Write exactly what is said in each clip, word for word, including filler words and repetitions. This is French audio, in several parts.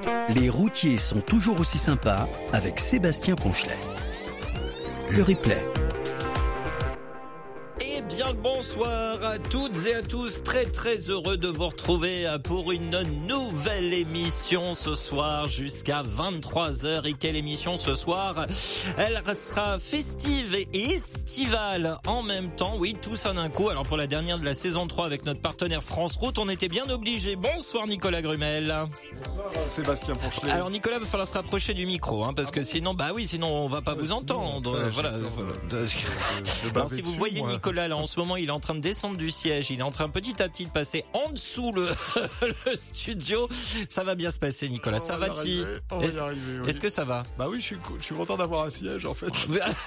Les routiers sont toujours aussi sympas avec Sébastien Ponchelet. Le replay. Eh bien, bonsoir à toutes et à tous. Très très heureux de vous retrouver pour une nouvelle émission ce soir jusqu'à vingt-trois heures. Et quelle émission ce soir? Elle sera festive et estivale en même temps. Oui, tout ça d'un coup. Alors pour la dernière de la saison trois avec notre partenaire France Route, on était bien obligés. Bonsoir Nicolas Grumel. Bonsoir Sébastien Ponchelet. Alors Nicolas, il va falloir se rapprocher du micro, hein, parce que sinon, bah oui, sinon on va pas vous entendre. Ouais, voilà. Alors si vous dessus, voyez moi. Nicolas là en ce moment, il est en train de descendre du siège, il est en train petit à petit de passer en dessous le, le studio. Ça va bien se passer, Nicolas. On ça va va, y Ti arriver, on va y Est-ce arriver, oui. est-ce que ça va? Bah oui, je suis, co- je suis content d'avoir un siège en fait.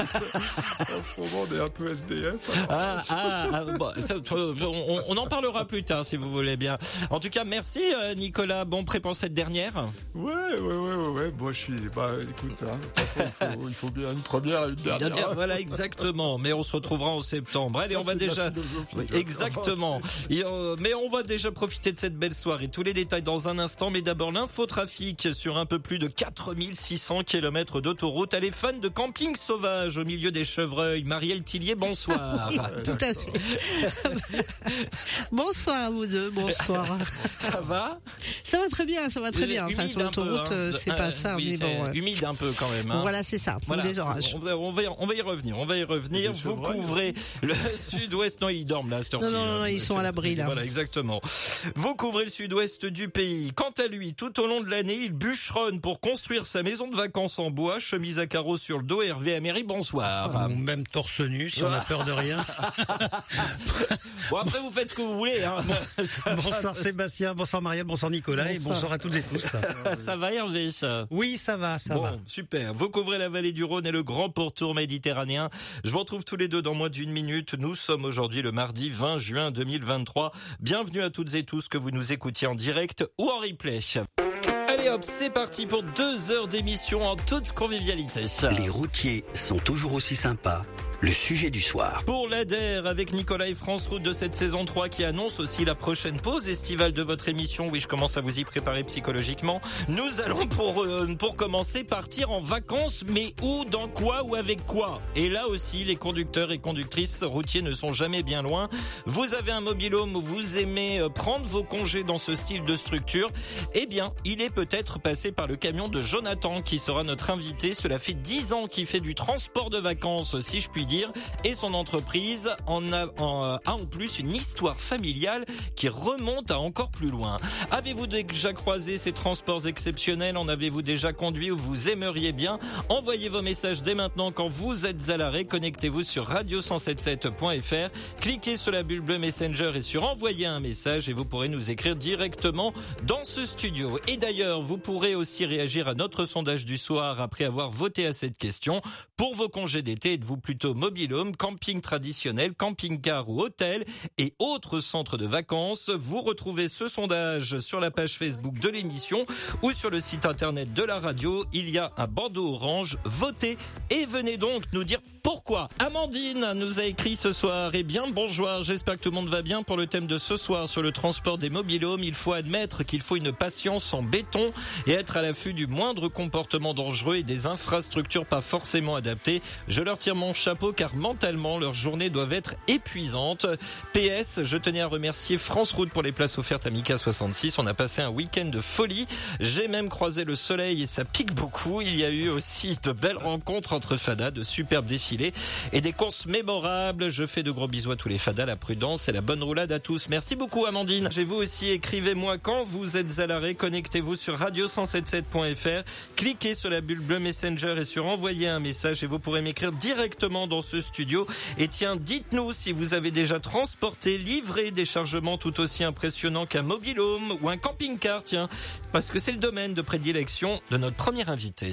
En ce moment, on est un peu S D F. alors. Ah, ah, ah, bon, ça, on, on en parlera plus tard si vous voulez bien. En tout cas, merci euh, Nicolas. Bon, prêt pour cette dernière? Ouais, ouais, ouais, ouais, ouais. Moi, je suis. Bah, écoute, hein, il, faut, il faut bien une première et une dernière. Dernière, voilà, exactement. Mais on se retrouvera en septembre. Allez, Ça, on va c'est de la déjà. philosophie, Oui, ça. exactement. Et, euh, mais on va déjà profiter de cette belle soirée. Tous les détails dans un instant. Mais d'abord, l'infotrafic sur un peu plus de quatre mille six cents kilomètres d'autoroute. Elle est fan de camping sauvage au milieu des chevreuils. Marielle Tillier, bonsoir. Oui, tout à fait. Bonsoir à vous deux, bonsoir. Ça va? Ça va très bien, ça va très bien. Enfin, Humide sur un peu, l'autoroute, hein. euh, c'est Euh, pas ça, oui, mais c'est bon. euh, humide un peu quand même. Hein. Voilà, c'est ça, Voilà. des orages. On va, on va, y, on va y revenir. On va y revenir. Des Vous chevreuils couvrez le sud-ouest. Non, ils dorment là, à cette heure-ci. Non, non, non, ils sont à l'abri, là. Voilà, exactement. Vous couvrez le sud-ouest du pays. Quant à lui, tout au long de l'année, il bûcheronne pour construire sa maison de vacances en bois, chemise à carreaux sur le dos. Hervé Améry, bonsoir. Ou même torse nu, si on a peur de rien. Bon, après, vous faites ce que vous voulez. Hein. Bonsoir Sébastien, bonsoir Marielle, bonsoir Nicolas et Bonsoir. bonsoir à toutes et tous. Ça va, Hervé, ça? Oui, ça va, ça Bon, va. super. Vous couvrez la vallée du Rhône et le grand pourtour méditerranéen. Je vous retrouve tous les deux dans moins d'une minute. Nous sommes aujourd'hui le mardi vingt juin deux mille vingt-trois. Bienvenue à toutes et tous que vous nous écoutiez en direct ou en replay. Allez hop, c'est parti pour deux heures d'émission en toute convivialité. Les routiers sont toujours aussi sympas. Le sujet du soir. Pour l'A D E R avec Nicolas et France Route de cette saison trois qui annonce aussi la prochaine pause estivale de votre émission. Oui, je commence à vous y préparer psychologiquement. Nous allons pour euh, pour commencer partir en vacances, mais où, dans quoi ou avec quoi? Et là aussi, les conducteurs et conductrices routiers ne sont jamais bien loin. Vous avez un mobil-home où vous aimez prendre vos congés dans ce style de structure. Eh bien, il est peut-être passé par le camion de Jonathan qui sera notre invité. Cela fait dix ans qu'il fait du transport de vacances, si je puis dire. Et son entreprise en a, en a en plus une histoire familiale qui remonte à encore plus loin. Avez-vous déjà croisé ces transports exceptionnels? En avez-vous déjà conduit ou vous aimeriez bien? Envoyez vos messages dès maintenant quand vous êtes à l'arrêt. Connectez-vous sur radio cent soixante-dix-sept point f r. Cliquez sur la bulle bleue Messenger et sur envoyer un message et vous pourrez nous écrire directement dans ce studio. Et d'ailleurs, vous pourrez aussi réagir à notre sondage du soir après avoir voté à cette question. Pour vos congés d'été, êtes-vous plutôt mobil-home, camping traditionnel, camping-car ou hôtel et autres centres de vacances? Vous retrouvez ce sondage sur la page Facebook de l'émission ou sur le site internet de la radio. Il y a un bandeau orange. Votez et venez donc nous dire pourquoi. Amandine nous a écrit ce soir. Eh bien, bonjour, j'espère que tout le monde va bien. Pour le thème de ce soir sur le transport des mobil-homes, il faut admettre qu'il faut une patience en béton et être à l'affût du moindre comportement dangereux et des infrastructures pas forcément adaptées. Je leur tire mon chapeau car mentalement leurs journées doivent être épuisantes. P S, je tenais à remercier France Route pour les places offertes à Mika soixante-six. On a passé un week-end de folie. J'ai même croisé le soleil et ça pique beaucoup. Il y a eu aussi de belles rencontres entre fadas, de superbes défilés et des courses mémorables. Je fais de gros bisous à tous les fadas, la prudence et la bonne roulade à tous. Merci beaucoup Amandine. Et vous aussi, écrivez-moi quand vous êtes à l'arrêt. Connectez-vous sur radio cent soixante-dix-sept point f r. Cliquez sur la bulle bleue Messenger et sur envoyer un message et vous pourrez m'écrire directement dans ce studio. Et tiens, dites-nous si vous avez déjà transporté, livré des chargements tout aussi impressionnants qu'un mobil-home ou un camping-car, tiens, parce que c'est le domaine de prédilection de notre premier invité.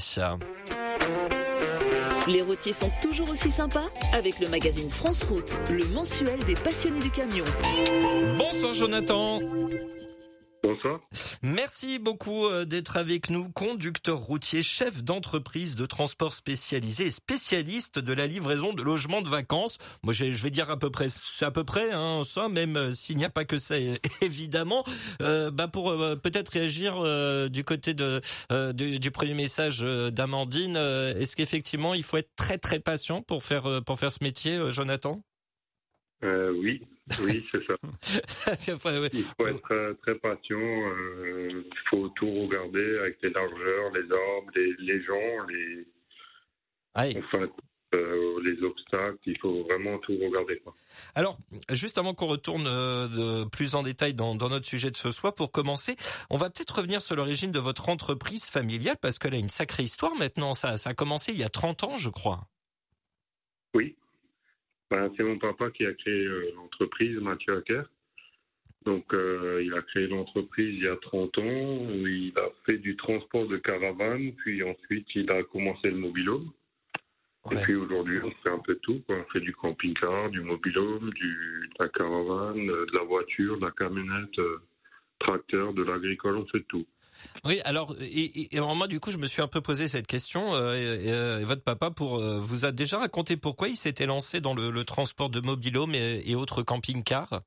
Les routiers sont toujours aussi sympas avec le magazine France Route, le mensuel des passionnés du camion. Bonsoir Jonathan. Bonsoir Bonsoir. Merci beaucoup d'être avec nous, conducteur routier, chef d'entreprise de transport spécialisé et spécialiste de la livraison de logements de vacances. Moi, je vais dire à peu près, c'est à peu près hein, ça, même s'il n'y a pas que ça, évidemment. Euh, bah pour euh, peut-être réagir euh, du côté de euh, du, du premier message d'Amandine, euh, est-ce qu'effectivement il faut être très très patient pour faire pour faire ce métier, euh, Jonathan? Euh, oui, oui, c'est ça. Il faut être euh, très patient. Il euh, faut tout regarder avec les largeurs, les arbres, les, les gens, les, Aïe. enfin, euh, les obstacles. Il faut vraiment tout regarder, quoi. Alors, juste avant qu'on retourne euh, de plus en détail dans, dans notre sujet de ce soir, pour commencer, on va peut-être revenir sur l'origine de votre entreprise familiale parce qu'elle a une sacrée histoire maintenant. Ça, ça a commencé il y a trente ans, je crois. Oui. Ben, c'est mon papa qui a créé euh, l'entreprise, Mathieu Acker. Donc, euh, il a créé l'entreprise il y a trente ans, où il a fait du transport de caravanes, puis ensuite, il a commencé le mobil-home. Ouais. Et puis aujourd'hui, on fait un peu de tout, quoi. On fait du camping-car, du mobil-home, du, de la caravane, de la voiture, de la camionnette, euh, tracteur, de l'agricole, on fait de tout. Oui, alors et, et alors moi du coup je me suis un peu posé cette question. Euh, et, et votre papa pour euh, vous a déjà raconté pourquoi il s'était lancé dans le, le transport de mobil-home et, et autres camping-cars.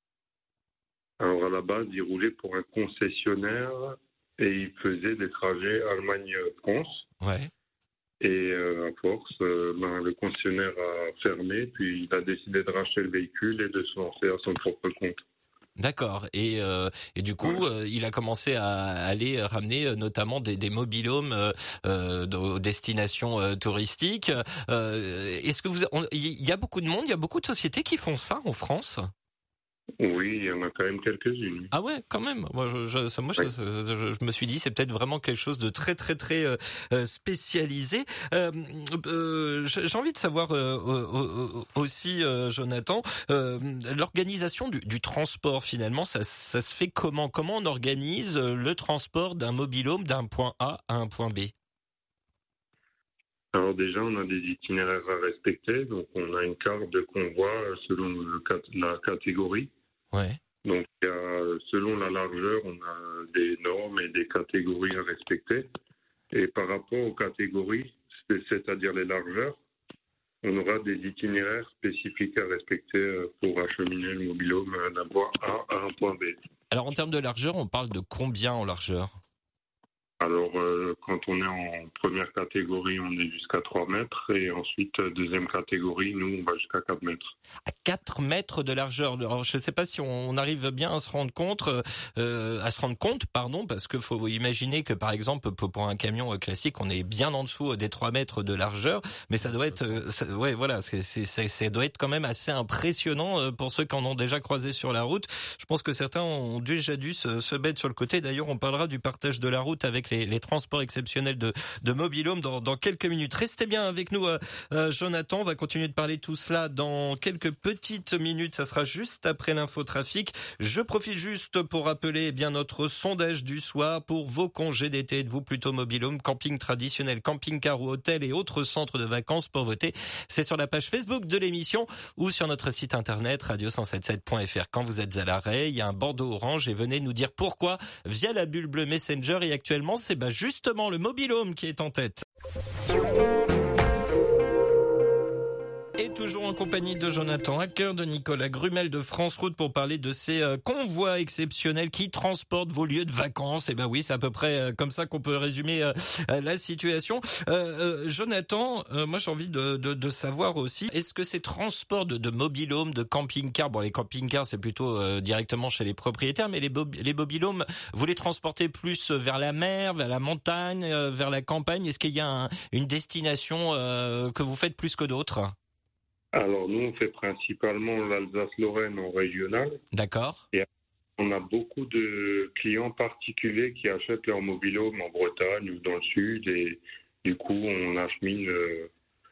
Alors à la base, il roulait pour un concessionnaire et il faisait des trajets Allemagne-France. Ouais. Et euh, à force, euh, ben, le concessionnaire a fermé, puis il a décidé de racheter le véhicule et de se lancer à son propre compte. D'accord. Et, euh, et du coup, euh, il a commencé à aller ramener euh, notamment des, des mobil-homes euh, euh, aux destinations euh, touristiques. Euh, est-ce que vous, il y a beaucoup de monde, il y a beaucoup de sociétés qui font ça en France? Oui, il y en a quand même quelques-unes. Ah ouais, quand même. Moi, je, je, ça, moi, je, je, je me suis dit, c'est peut-être vraiment quelque chose de très, très, très euh, spécialisé. Euh, euh, j'ai envie de savoir euh, aussi, euh, Jonathan, euh, l'organisation du, du transport. Finalement, ça, ça se fait comment? Comment on organise le transport d'un mobil-home d'un point A à un point B? Alors déjà, on a des itinéraires à respecter. Donc, on a une carte de convoi selon le, la catégorie. Ouais. Donc, il y a, selon la largeur, on a des normes et des catégories à respecter. Et par rapport aux catégories, c'est-à-dire les largeurs, on aura des itinéraires spécifiques à respecter pour acheminer le mobil-home d'un point A à un point B. Alors, en termes de largeur, on parle de combien en largeur ? Alors, euh, quand on est en première catégorie, on est jusqu'à trois mètres. Et ensuite, deuxième catégorie, nous, on va jusqu'à quatre mètres. À quatre mètres de largeur. Alors, je ne sais pas si on arrive bien à se rendre compte, euh, à se rendre compte, pardon, parce qu'il faut imaginer que, par exemple, pour un camion classique, on est bien en dessous des trois mètres de largeur. Mais ça doit être, ça, ouais, voilà, c'est, c'est, c'est, ça doit être quand même assez impressionnant pour ceux qui en ont déjà croisé sur la route. Je pense que certains ont déjà dû se, se mettre sur le côté. D'ailleurs, on parlera du partage de la route avec Les, les transports exceptionnels de, de mobil-home dans, dans quelques minutes. Restez bien avec nous, euh, euh, Jonathan. On va continuer de parler de tout cela dans quelques petites minutes. Ça sera juste après l'infotrafic. Je profite juste pour rappeler eh bien notre sondage du soir pour vos congés d'été. Êtes-vous plutôt mobil-home, camping traditionnel, camping-car ou hôtel et autres centres de vacances? Pour voter, c'est sur la page Facebook de l'émission ou sur notre site internet radio cent soixante-dix-sept point f r. Quand vous êtes à l'arrêt, il y a un bandeau orange et venez nous dire pourquoi via la bulle bleue Messenger. Et actuellement, c'est bah justement le mobil-home qui est en tête. Et toujours en compagnie de Jonathan Acker, de Nicolas Grumel de France Route pour parler de ces euh, convois exceptionnels qui transportent vos lieux de vacances. Et ben oui, c'est à peu près euh, comme ça qu'on peut résumer euh, la situation. Euh, euh, Jonathan, euh, moi j'ai envie de, de, de savoir aussi, est-ce que ces transports de, de mobil-home, de camping-car, bon les camping-cars c'est plutôt euh, directement chez les propriétaires, mais les, bo- les mobil-homes, vous les transportez plus vers la mer, vers la montagne, euh, vers la campagne? Est-ce qu'il y a un, une destination euh, que vous faites plus que d'autres? Alors, nous, on fait principalement l'Alsace-Lorraine en régional. D'accord. Et on a beaucoup de clients particuliers qui achètent leur mobil-home en Bretagne ou dans le sud. Et du coup, on achemine euh,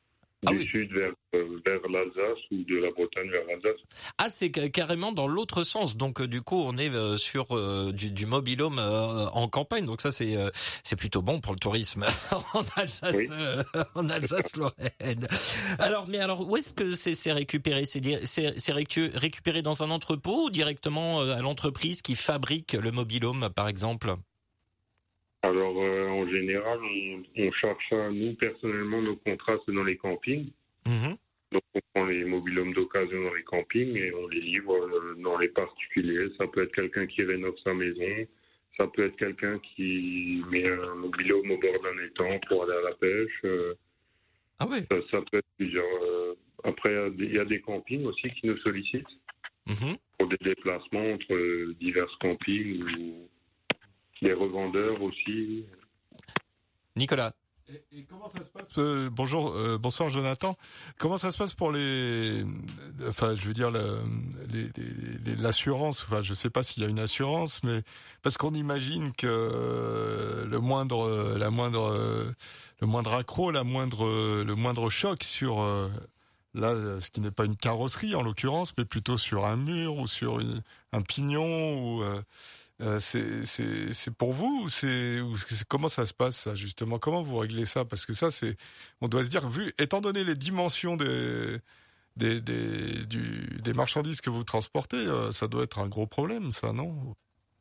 Ah du oui. sud vers, euh, vers l'Alsace ou de la Bretagne vers l'Alsace. Ah, c'est ca- carrément dans l'autre sens. Donc euh, du coup, on est euh, sur euh, du, du mobil-home euh, en campagne. Donc ça, c'est euh, c'est plutôt bon pour le tourisme en Alsace, Oui. euh, en Alsace-Lorraine. Alors, mais alors, où est-ce que c'est c'est récupéré? C'est di- c'est c'est récu- récupéré dans un entrepôt ou directement euh, à l'entreprise qui fabrique le mobil-home, par exemple? Alors, euh, en général, on, on charge ça, nous, personnellement, nos contrats, c'est dans les campings. Mhm. Donc, on prend les mobil-homes d'occasion dans les campings et on les livre euh, dans les particuliers. Ça peut être quelqu'un qui rénove sa maison. Ça peut être quelqu'un qui met un mobil-home au bord d'un étang pour aller à la pêche. Euh, Ah oui. ça, ça peut être plusieurs. euh. Après, il y a des- il y a des campings aussi qui nous sollicitent Mhm. pour des déplacements entre euh, divers campings ou des revendeurs aussi. Nicolas. Et, et comment ça se passe euh, Bonjour, euh, bonsoir Jonathan. Comment ça se passe pour les, enfin, je veux dire le- les- les- les- l'assurance. Enfin, je sais pas s'il y a une assurance, mais parce qu'on imagine que euh, le moindre, la moindre, euh, le moindre accroc, la moindre, le moindre choc sur euh, là, ce qui n'est pas une carrosserie en l'occurrence, mais plutôt sur un mur ou sur une, un pignon ou euh, Euh, c'est c'est c'est pour vous ou c'est ou c'est- comment ça se passe ça justement, comment vous réglez ça, parce que ça c'est, on doit se dire, vu étant donné les dimensions des des des du des marchandises que vous transportez, euh, ça doit être un gros problème, ça, non?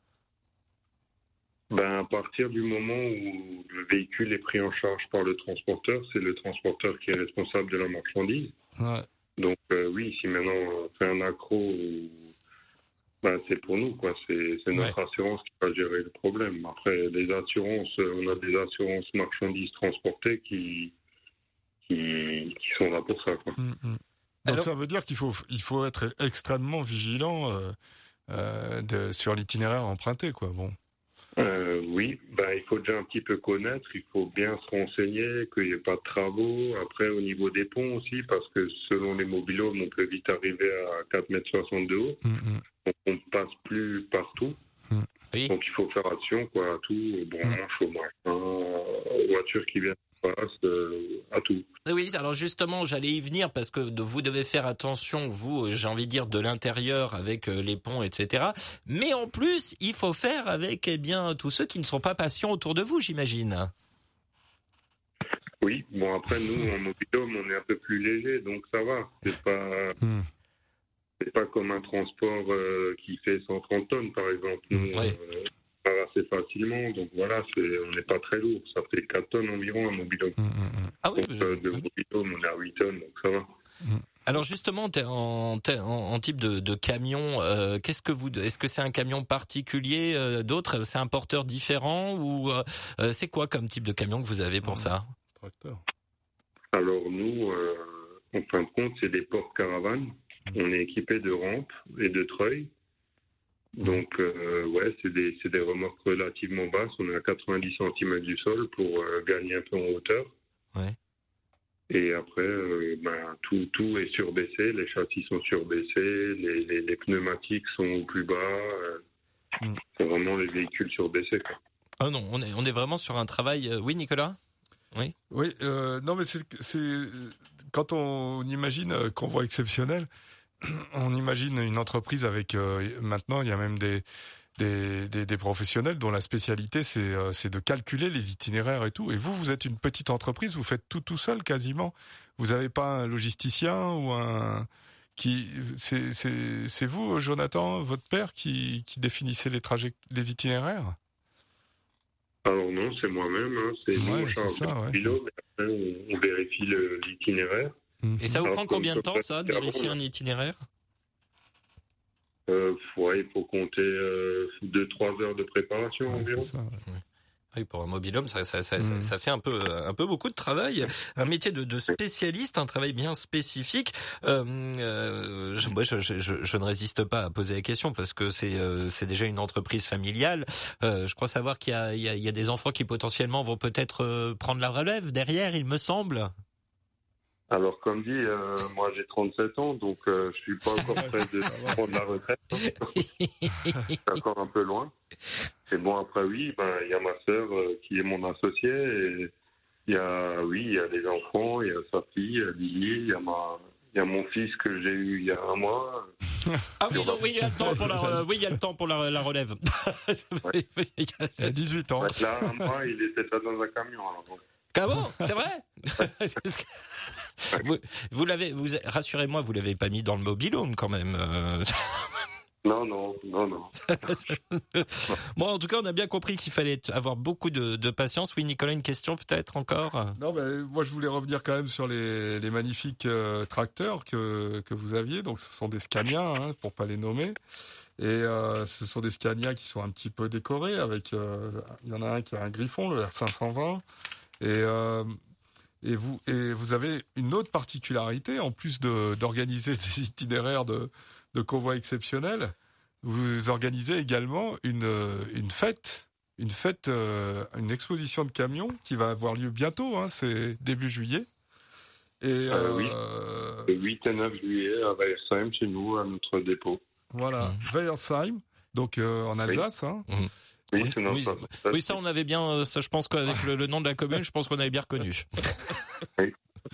Ben, à partir du moment où le véhicule est pris en charge par le transporteur, c'est le transporteur qui est responsable de la marchandise. Ouais. Donc euh, oui, si maintenant on fait un accro, ben, c'est pour nous, quoi. C'est, c'est notre assurance qui va gérer le problème. Après, les assurances, on a des assurances marchandises transportées qui, qui, qui sont là pour ça, quoi. Mm, mm. Donc Alors- ça veut dire qu'il faut il faut être extrêmement vigilant euh, euh, de, sur l'itinéraire emprunté, quoi. Bon. Euh, oui, ben, il faut déjà un petit peu connaître, il faut bien se renseigner, qu'il n'y ait pas de travaux. Après, au niveau des ponts aussi, parce que selon les mobil-homes, on peut vite arriver à quatre mètres soixante de haut. Mm, mm. Donc, on ne passe plus partout. Oui. Donc, il faut faire attention, quoi, à tout, aux branches, aux machins, aux voitures qui viennent en face, euh, à tout. Oui, alors justement, j'allais y venir parce que de- vous devez faire attention, vous, j'ai envie de dire, de l'intérieur avec euh, les ponts, et cetera. Mais en plus, il faut faire avec, eh bien, tous ceux qui ne sont pas patients autour de vous, j'imagine. Oui, bon, après, nous, en mobil-home, on est un peu plus léger, donc ça va. C'est pas... Mm. C'est pas comme un transport euh, qui fait cent trente tonnes, par exemple. Nous, Ouais. euh, ça va assez facilement, donc voilà, c'est, on n'est pas très lourd. Ça fait quatre tonnes environ un mobil-home. Mm, mm, Ah oui. Donc, euh, de mobil-home, on est à huit tonnes, donc ça va. Alors justement, t'es en, t'es en, en type de, de camion, euh, qu'est-ce que vous, est-ce que c'est un camion particulier, euh, d'autres, c'est un porteur différent ou euh, euh, c'est quoi comme type de camion que vous avez pour ça? Tracteur. Alors nous, euh, en fin de compte, c'est des porte-caravanes. On est équipé de rampes et de treuils. Donc, euh, ouais, c'est des, c'est des remorques relativement basses. On est à quatre-vingt-dix centimètres du sol pour euh, gagner un peu en hauteur. Ouais. Et après, euh, ben, tout, tout est surbaissé. Les châssis sont surbaissés. Les, les, les pneumatiques sont au plus bas. Euh, Mm. C'est vraiment les véhicules surbaissés, quoi. Ah non, on est, on est vraiment sur un travail. euh, Oui, Nicolas. Oui. Oui, euh, non, mais c'est, c'est quand on imagine euh, convoi exceptionnel, on imagine une entreprise avec euh, maintenant il y a même des des, des des professionnels dont la spécialité c'est euh, c'est de calculer les itinéraires et tout. Et vous, vous êtes une petite entreprise, vous faites tout tout seul quasiment. Vous n'avez pas un logisticien ou un qui c'est c'est c'est vous, Jonathan, votre père, qui qui définissait les trajets, les itinéraires. Alors non, c'est moi-même. Hein. C'est Ouais, nous, on c'est charge ça, le ouais. pilote, mais après, on, on vérifie le, l'itinéraire. Et ça vous Alors, prend comme combien de ça temps, peut ça, être de vérifier avant, un itinéraire? Euh, ouais, il faut compter euh, deux trois heures de préparation Ouais, environ. c'est ça, ouais. Oui, pour un mobil-home, ça, ça, ça, Mm. ça, ça fait un peu, un peu beaucoup de travail. Un métier de, de spécialiste, un travail bien spécifique. Euh, euh, je, moi, je, je, je, je ne résiste pas à poser la question parce que c'est, euh, c'est déjà une entreprise familiale. Euh, je crois savoir qu'il y a, il y a, il y a des enfants qui potentiellement vont peut-être euh, prendre la relève derrière, il me semble. Alors comme dit, euh, moi j'ai trente-sept ans, donc euh, je suis pas encore prêt de prendre la retraite. C'est encore un peu loin. Et bon après oui, ben il y a ma sœur euh, qui est mon associée et Il y a, oui, il y a les enfants, il y a sa fille, il y a Lily, il y a ma, il y a mon fils que j'ai eu il y a un mois. Ah oui, donc, oui, il y a le temps pour la, euh, oui, il y a le temps pour la, la relève. Ouais. Il a dix-huit ans. Ouais, là, un mois, il était déjà dans un camion. Alors, bon. Ah bon, c'est vrai? vous, vous l'avez, vous, rassurez-moi, vous l'avez pas mis dans le mobil-home quand même. Euh... Non, non, non, non. Bon, en tout cas, on a bien compris qu'il fallait avoir beaucoup de, de patience. Oui, Nicolas, une question peut-être encore? Non, mais moi je voulais revenir quand même sur les, les magnifiques euh, tracteurs que que vous aviez. Donc, ce sont des Scania, hein, pour pas les nommer. Et euh, ce sont des Scania qui sont un petit peu décorés. Avec, euh, il y en a un qui a un Griffon, le R cinq cent vingt. Et euh, et vous et vous avez une autre particularité en plus de d'organiser des itinéraires de de convois exceptionnels. Vous organisez également une une fête, une fête, euh, une exposition de camions qui va avoir lieu bientôt. Hein, c'est début juillet. Et Euh, euh, oui. Le huit et neuf juillet à Weiersheim, chez nous, à notre dépôt. Voilà, Mmh. Weiersheim, donc euh, en Alsace. Oui. Hein. Mmh. Oui, c'est notre. Oui, oui, ça on avait bien, euh, ça je pense qu'avec le, le nom de la commune, je pense qu'on avait bien reconnu. Et,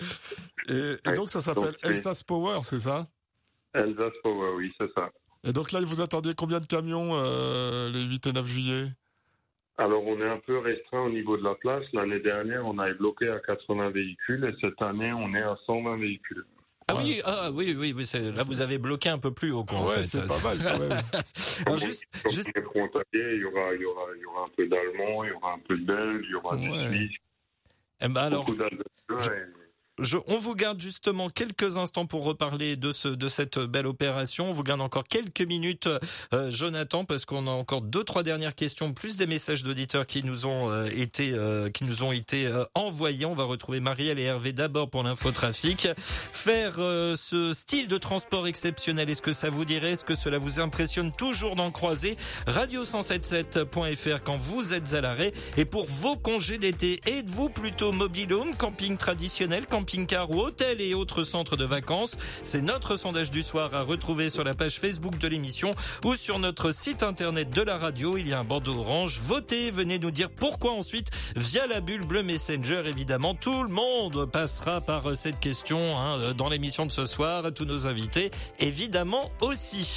et Ouais. donc ça s'appelle Donc, c'est- Elsace Power, c'est ça? Alsace Power, oui, c'est ça. Et donc là, vous attendiez combien de camions euh, les huit et neuf juillet? Alors, on est un peu restreint au niveau de la place. L'année dernière, on avait bloqué à quatre-vingts véhicules et cette année, on est à cent vingt véhicules. Ah Ouais. oui, ah oui, oui, oui, c'est, là vous avez bloqué un peu plus haut, quoi, en Ouais, fait. c'est pas mal quand même. Alors, juste, Comme juste, on est frontalier, il y aura, il y aura, il y aura un peu d'Allemands, il y aura un peu de Belges, il y aura Ouais. du Suisse, eh ben alors, beaucoup d'Alsaciens. et- je, on vous garde justement quelques instants pour reparler de ce, de cette belle opération. On vous garde encore quelques minutes, euh, Jonathan, parce qu'on a encore deux, trois dernières questions, plus des messages d'auditeurs qui nous ont euh, été, euh, qui nous ont été euh, envoyés. On va retrouver Marielle et Hervé d'abord pour l'infotrafic. Faire euh, ce style de transport exceptionnel, est-ce que ça vous dirait? Est-ce que cela vous impressionne toujours d'en croiser? radio cent soixante-dix-sept point f r quand vous êtes à l'arrêt. Et pour vos congés d'été, êtes-vous plutôt mobile-home, camping traditionnel, camping-car ou hôtel et autres centres de vacances? C'est notre sondage du soir à retrouver sur la page Facebook de l'émission ou sur notre site internet de la radio. Il y a un bandeau orange. Votez, venez nous dire pourquoi ensuite via la bulle bleue Messenger. Évidemment, tout le monde passera par cette question hein, dans l'émission de ce soir. Tous nos invités, évidemment aussi.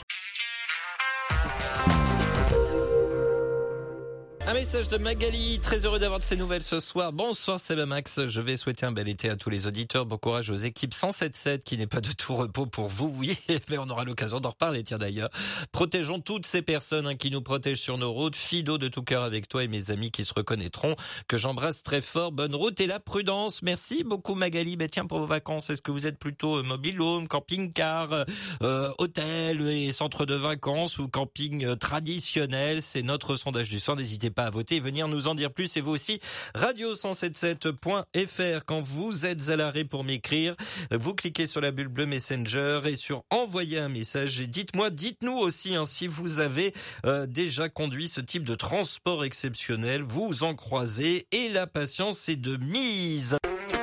Un message de Magali, très heureux d'avoir de ces nouvelles ce soir. Bonsoir, c'est le Max. Je vais souhaiter un bel été à tous les auditeurs. Bon courage aux équipes cent soixante-dix-sept qui n'est pas de tout repos pour vous. Oui, mais on aura l'occasion d'en reparler, tiens d'ailleurs. Protégeons toutes ces personnes hein, qui nous protègent sur nos routes. Fido de tout cœur avec toi et mes amis qui se reconnaîtront, que j'embrasse très fort. Bonne route et la prudence. Merci beaucoup Magali. Ben tiens, pour vos vacances, est-ce que vous êtes plutôt mobile home, camping-car, euh, hôtel et centre de vacances ou camping euh, traditionnel? C'est notre sondage du soir. N'hésitez pas à voter et venir nous en dire plus. Et vous aussi, radio cent soixante-dix-sept point f r. Quand vous êtes à l'arrêt pour m'écrire, vous cliquez sur la bulle bleue Messenger et sur envoyer un message. Et dites-moi, dites-nous aussi hein, si vous avez euh, déjà conduit ce type de transport exceptionnel. Vous en croisez et la patience est de mise.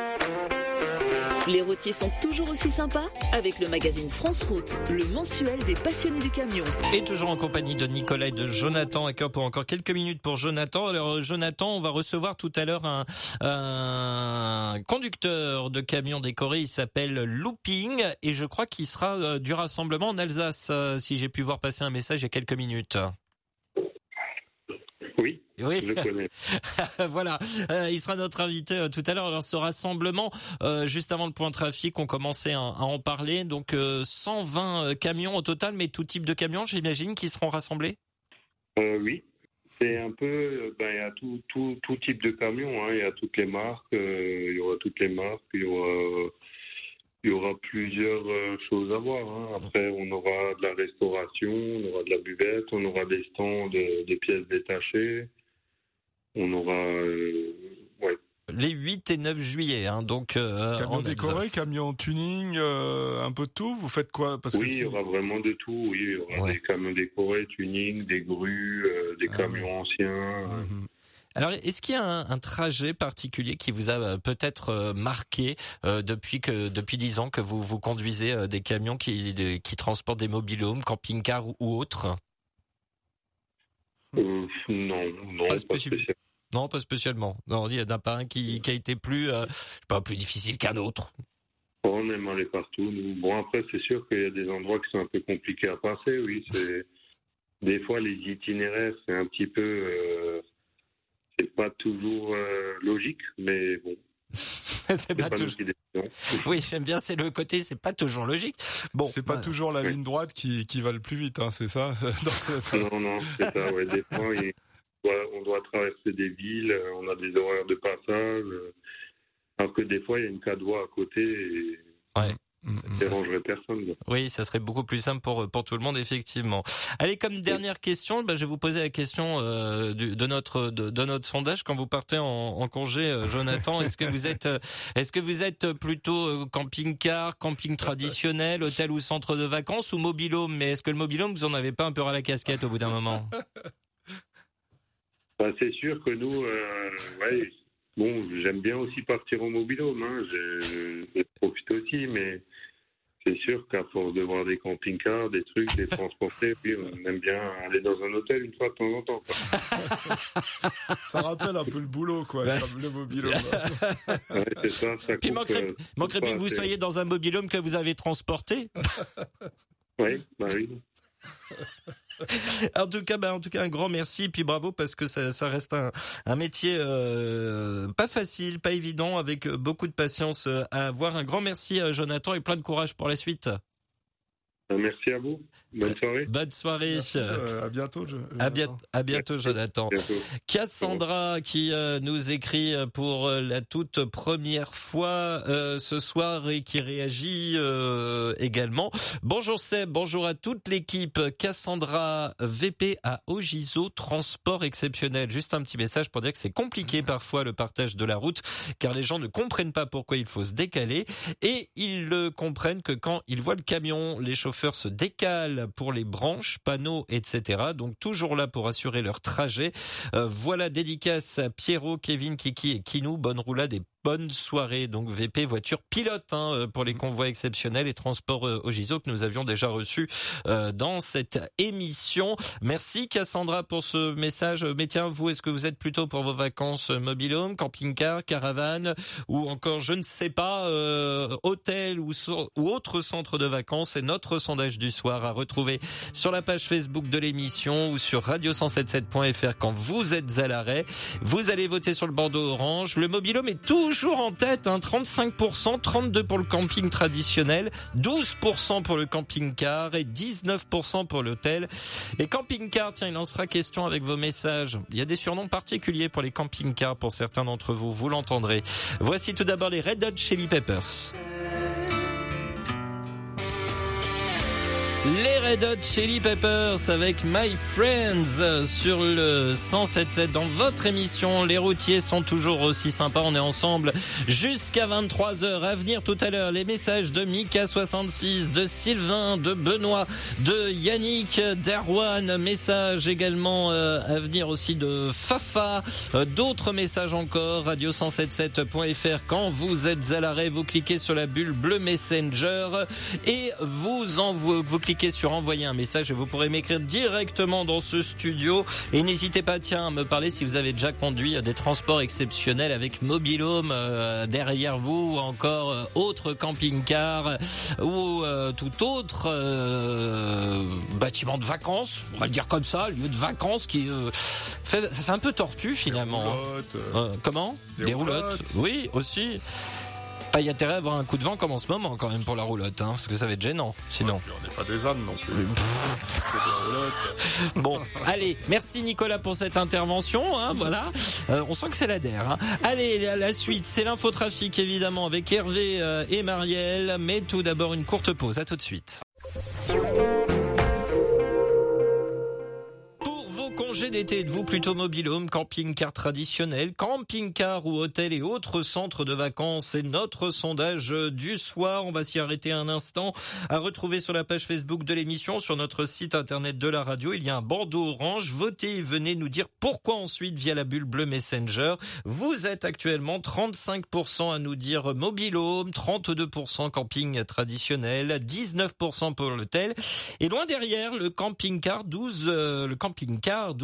Les routiers sont toujours aussi sympas avec le magazine France Route, le mensuel des passionnés du camion. Et toujours en compagnie de Nicolas et de Jonathan. Et pour encore quelques minutes pour Jonathan. Alors Jonathan, on va recevoir tout à l'heure un, un conducteur de camion décoré. Il s'appelle Looping et je crois qu'il sera euh, du rassemblement en Alsace. Euh, si j'ai pu voir passer un message il y a quelques minutes. Oui, Oui. je connais. Voilà, euh, il sera notre invité euh, tout à l'heure. Alors ce rassemblement, euh, juste avant le point trafic, on commençait à, à en parler. Donc euh, cent vingt euh, camions au total, mais tout type de camions, j'imagine, qui seront rassemblés. Euh, oui, c'est un peu, euh, ben, il y a tout, tout, tout type de camions, hein. Il y a toutes les marques, euh, il y aura toutes les marques, il y aura, il y aura plusieurs euh, choses à voir. Hein. Après, on aura de la restauration, on aura de la buvette, on aura des stands, de, des pièces détachées, on aura, euh, ouais. Les huit et neuf juillet, hein, donc euh, Camion en décoré, Alsace. camion tuning, euh, un peu de tout. Vous faites quoi? Parce que Oui, si- il y aura vraiment de tout. Oui, il y aura Ouais. des camions décorés, tuning, des grues, euh, des Ah camions anciens. Mhm. Alors, est-ce qu'il y a un, un trajet particulier qui vous a euh, peut-être euh, marqué euh, depuis que depuis dix ans que vous vous conduisez euh, des camions qui des- qui transportent des mobil-homes, camping-car ou, ou autres? Euh, non, non, Pas pas spécifique. spécialement. Non, pas spécialement. Non, il y en a pas un qui, qui a été plus, euh, pas plus difficile qu'un autre. On aime aller partout. Nous. Bon, après, c'est sûr qu'il y a des endroits qui sont un peu compliqués à passer, oui. C'est... Des fois, les itinéraires, c'est un petit peu... Euh... C'est pas toujours euh, logique, mais bon. c'est, c'est pas, pas toujours... Oui, j'aime bien, c'est le côté, c'est pas toujours logique. Bon, c'est pas voilà. toujours la ligne droite qui, qui va le plus vite, hein, c'est ça? Non, non, c'est ça, ouais. Des fois, il... on doit traverser des villes, on a des horaires de passage, alors que des fois, il y a une quatre voies à côté et ouais. ça ne dérangerait personne. Là. Oui, ça serait beaucoup plus simple pour pour tout le monde, effectivement. Allez, comme dernière question, bah, je vais vous poser la question euh, du, de notre de, de notre sondage. Quand vous partez en, en congé, euh, Jonathan, est-ce que vous êtes euh, est-ce que vous êtes plutôt euh, camping-car, camping traditionnel, hôtel ou centre de vacances ou mobil-home? Mais est-ce que le mobil-home, vous en avez pas un peu ras la casquette au bout d'un moment? Bah, c'est sûr que nous, euh, ouais, bon, j'aime bien aussi partir en mobil-home, hein, je, je profite aussi, mais c'est sûr qu'à force de voir des camping-cars, des trucs, des transportés, puis on aime bien aller dans un hôtel une fois de temps en temps. Quoi. Ça rappelle un peu le boulot, quoi, ouais. Comme le mobil-home. Ouais, c'est ça, ça Puis coupe, manquerait, euh, manquerait bien que vous assez... soyez dans un mobil-home que vous avez transporté. Oui, bah oui. En tout cas, bah, en tout cas, un grand merci, puis bravo parce que ça, ça reste un, un métier euh, pas facile, pas évident, avec beaucoup de patience à avoir. Un grand merci à Jonathan et plein de courage pour la suite. Merci à vous. Bonne soirée. Bonne soirée. Merci, euh, à bientôt. Je, à, bien, à bientôt, Jonathan. Bientôt. Cassandra qui euh, nous écrit pour euh, la toute première fois euh, ce soir et qui réagit euh, également. Bonjour Seb, bonjour à toute l'équipe. Cassandra, V P à Ogiso, transport exceptionnel. Juste un petit message pour dire que c'est compliqué parfois le partage de la route car les gens ne comprennent pas pourquoi il faut se décaler et ils le comprennent que quand ils voient le camion, les chauffeurs se décalent pour les branches, panneaux, et cetera. Donc toujours là pour assurer leur trajet. Euh, voilà, dédicace à Pierrot, Kevin, Kiki et Kinou. Bonne roulade et bonne soirée. Donc V P voiture pilote hein, pour les convois exceptionnels et transports euh, Ogiso que nous avions déjà reçus euh, dans cette émission. Merci Cassandra pour ce message. Mais tiens, vous, est-ce que vous êtes plutôt pour vos vacances mobil-home, camping-car, caravane ou encore, je ne sais pas, euh, hôtel ou, so- ou autre centre de vacances? C'est notre sondage du soir à retrouver sur la page Facebook de l'émission ou sur radio cent soixante-dix-sept point f r quand vous êtes à l'arrêt. Vous allez voter sur le bandeau orange. Le mobil-home est tout toujours en tête, hein, trente-cinq pour cent, trente-deux pour cent pour le camping traditionnel, douze pour cent pour le camping-car et dix-neuf pour cent pour l'hôtel. Et camping-car, tiens, il en sera question avec vos messages. Il y a des surnoms particuliers pour les camping-cars pour certains d'entre vous, vous l'entendrez. Voici tout d'abord les Red Hot Chili Peppers. Les Red Hot Chili Peppers avec My Friends sur le cent sept virgule sept dans votre émission. Les routiers sont toujours aussi sympas. On est ensemble jusqu'à vingt-trois heures. À venir tout à l'heure, les messages de Mika soixante-six, de Sylvain, de Benoît, de Yannick, d'Erwan. Message également euh, à venir aussi de Fafa. Euh, d'autres messages encore. radio cent soixante-dix-sept point f r quand vous êtes à l'arrêt, vous cliquez sur la bulle bleue Messenger et vous envoyez, vous cliquez sur envoyer un message et vous pourrez m'écrire directement dans ce studio. Et n'hésitez pas, tiens, à me parler si vous avez déjà conduit des transports exceptionnels avec mobil-home euh, derrière vous, ou encore euh, autre camping-car ou euh, tout autre euh, bâtiment de vacances, on va le dire comme ça, lieu de vacances qui euh, fait, ça fait un peu tortue finalement. Des roulottes, euh, euh, comment Des, des roulottes. roulottes. Oui, aussi. Pas y a intérêt à avoir un coup de vent comme en ce moment quand même pour la roulotte, hein, parce que ça va être gênant sinon. Ouais, on n'est pas des ânes non plus. Bon, allez, merci Nicolas pour cette intervention, hein, voilà. Euh, on sent que c'est la D E R. Hein. Allez, la, la suite, c'est l'infotrafic évidemment avec Hervé euh, et Marielle, mais tout d'abord une courte pause. À tout de suite. Congé d'été, êtes-vous plutôt mobil-home, camping-car traditionnel, camping-car ou hôtel et autres centres de vacances? C'est notre sondage du soir. On va s'y arrêter un instant. À retrouver sur la page Facebook de l'émission, sur notre site internet de la radio. Il y a un bandeau orange. Votez et venez nous dire pourquoi ensuite via la bulle bleue Messenger. Vous êtes actuellement trente-cinq pour cent à nous dire mobile-home, trente-deux pour cent camping traditionnel, dix-neuf pour cent pour l'hôtel. Et loin derrière, le camping-car, douze, euh, le camping-car, douze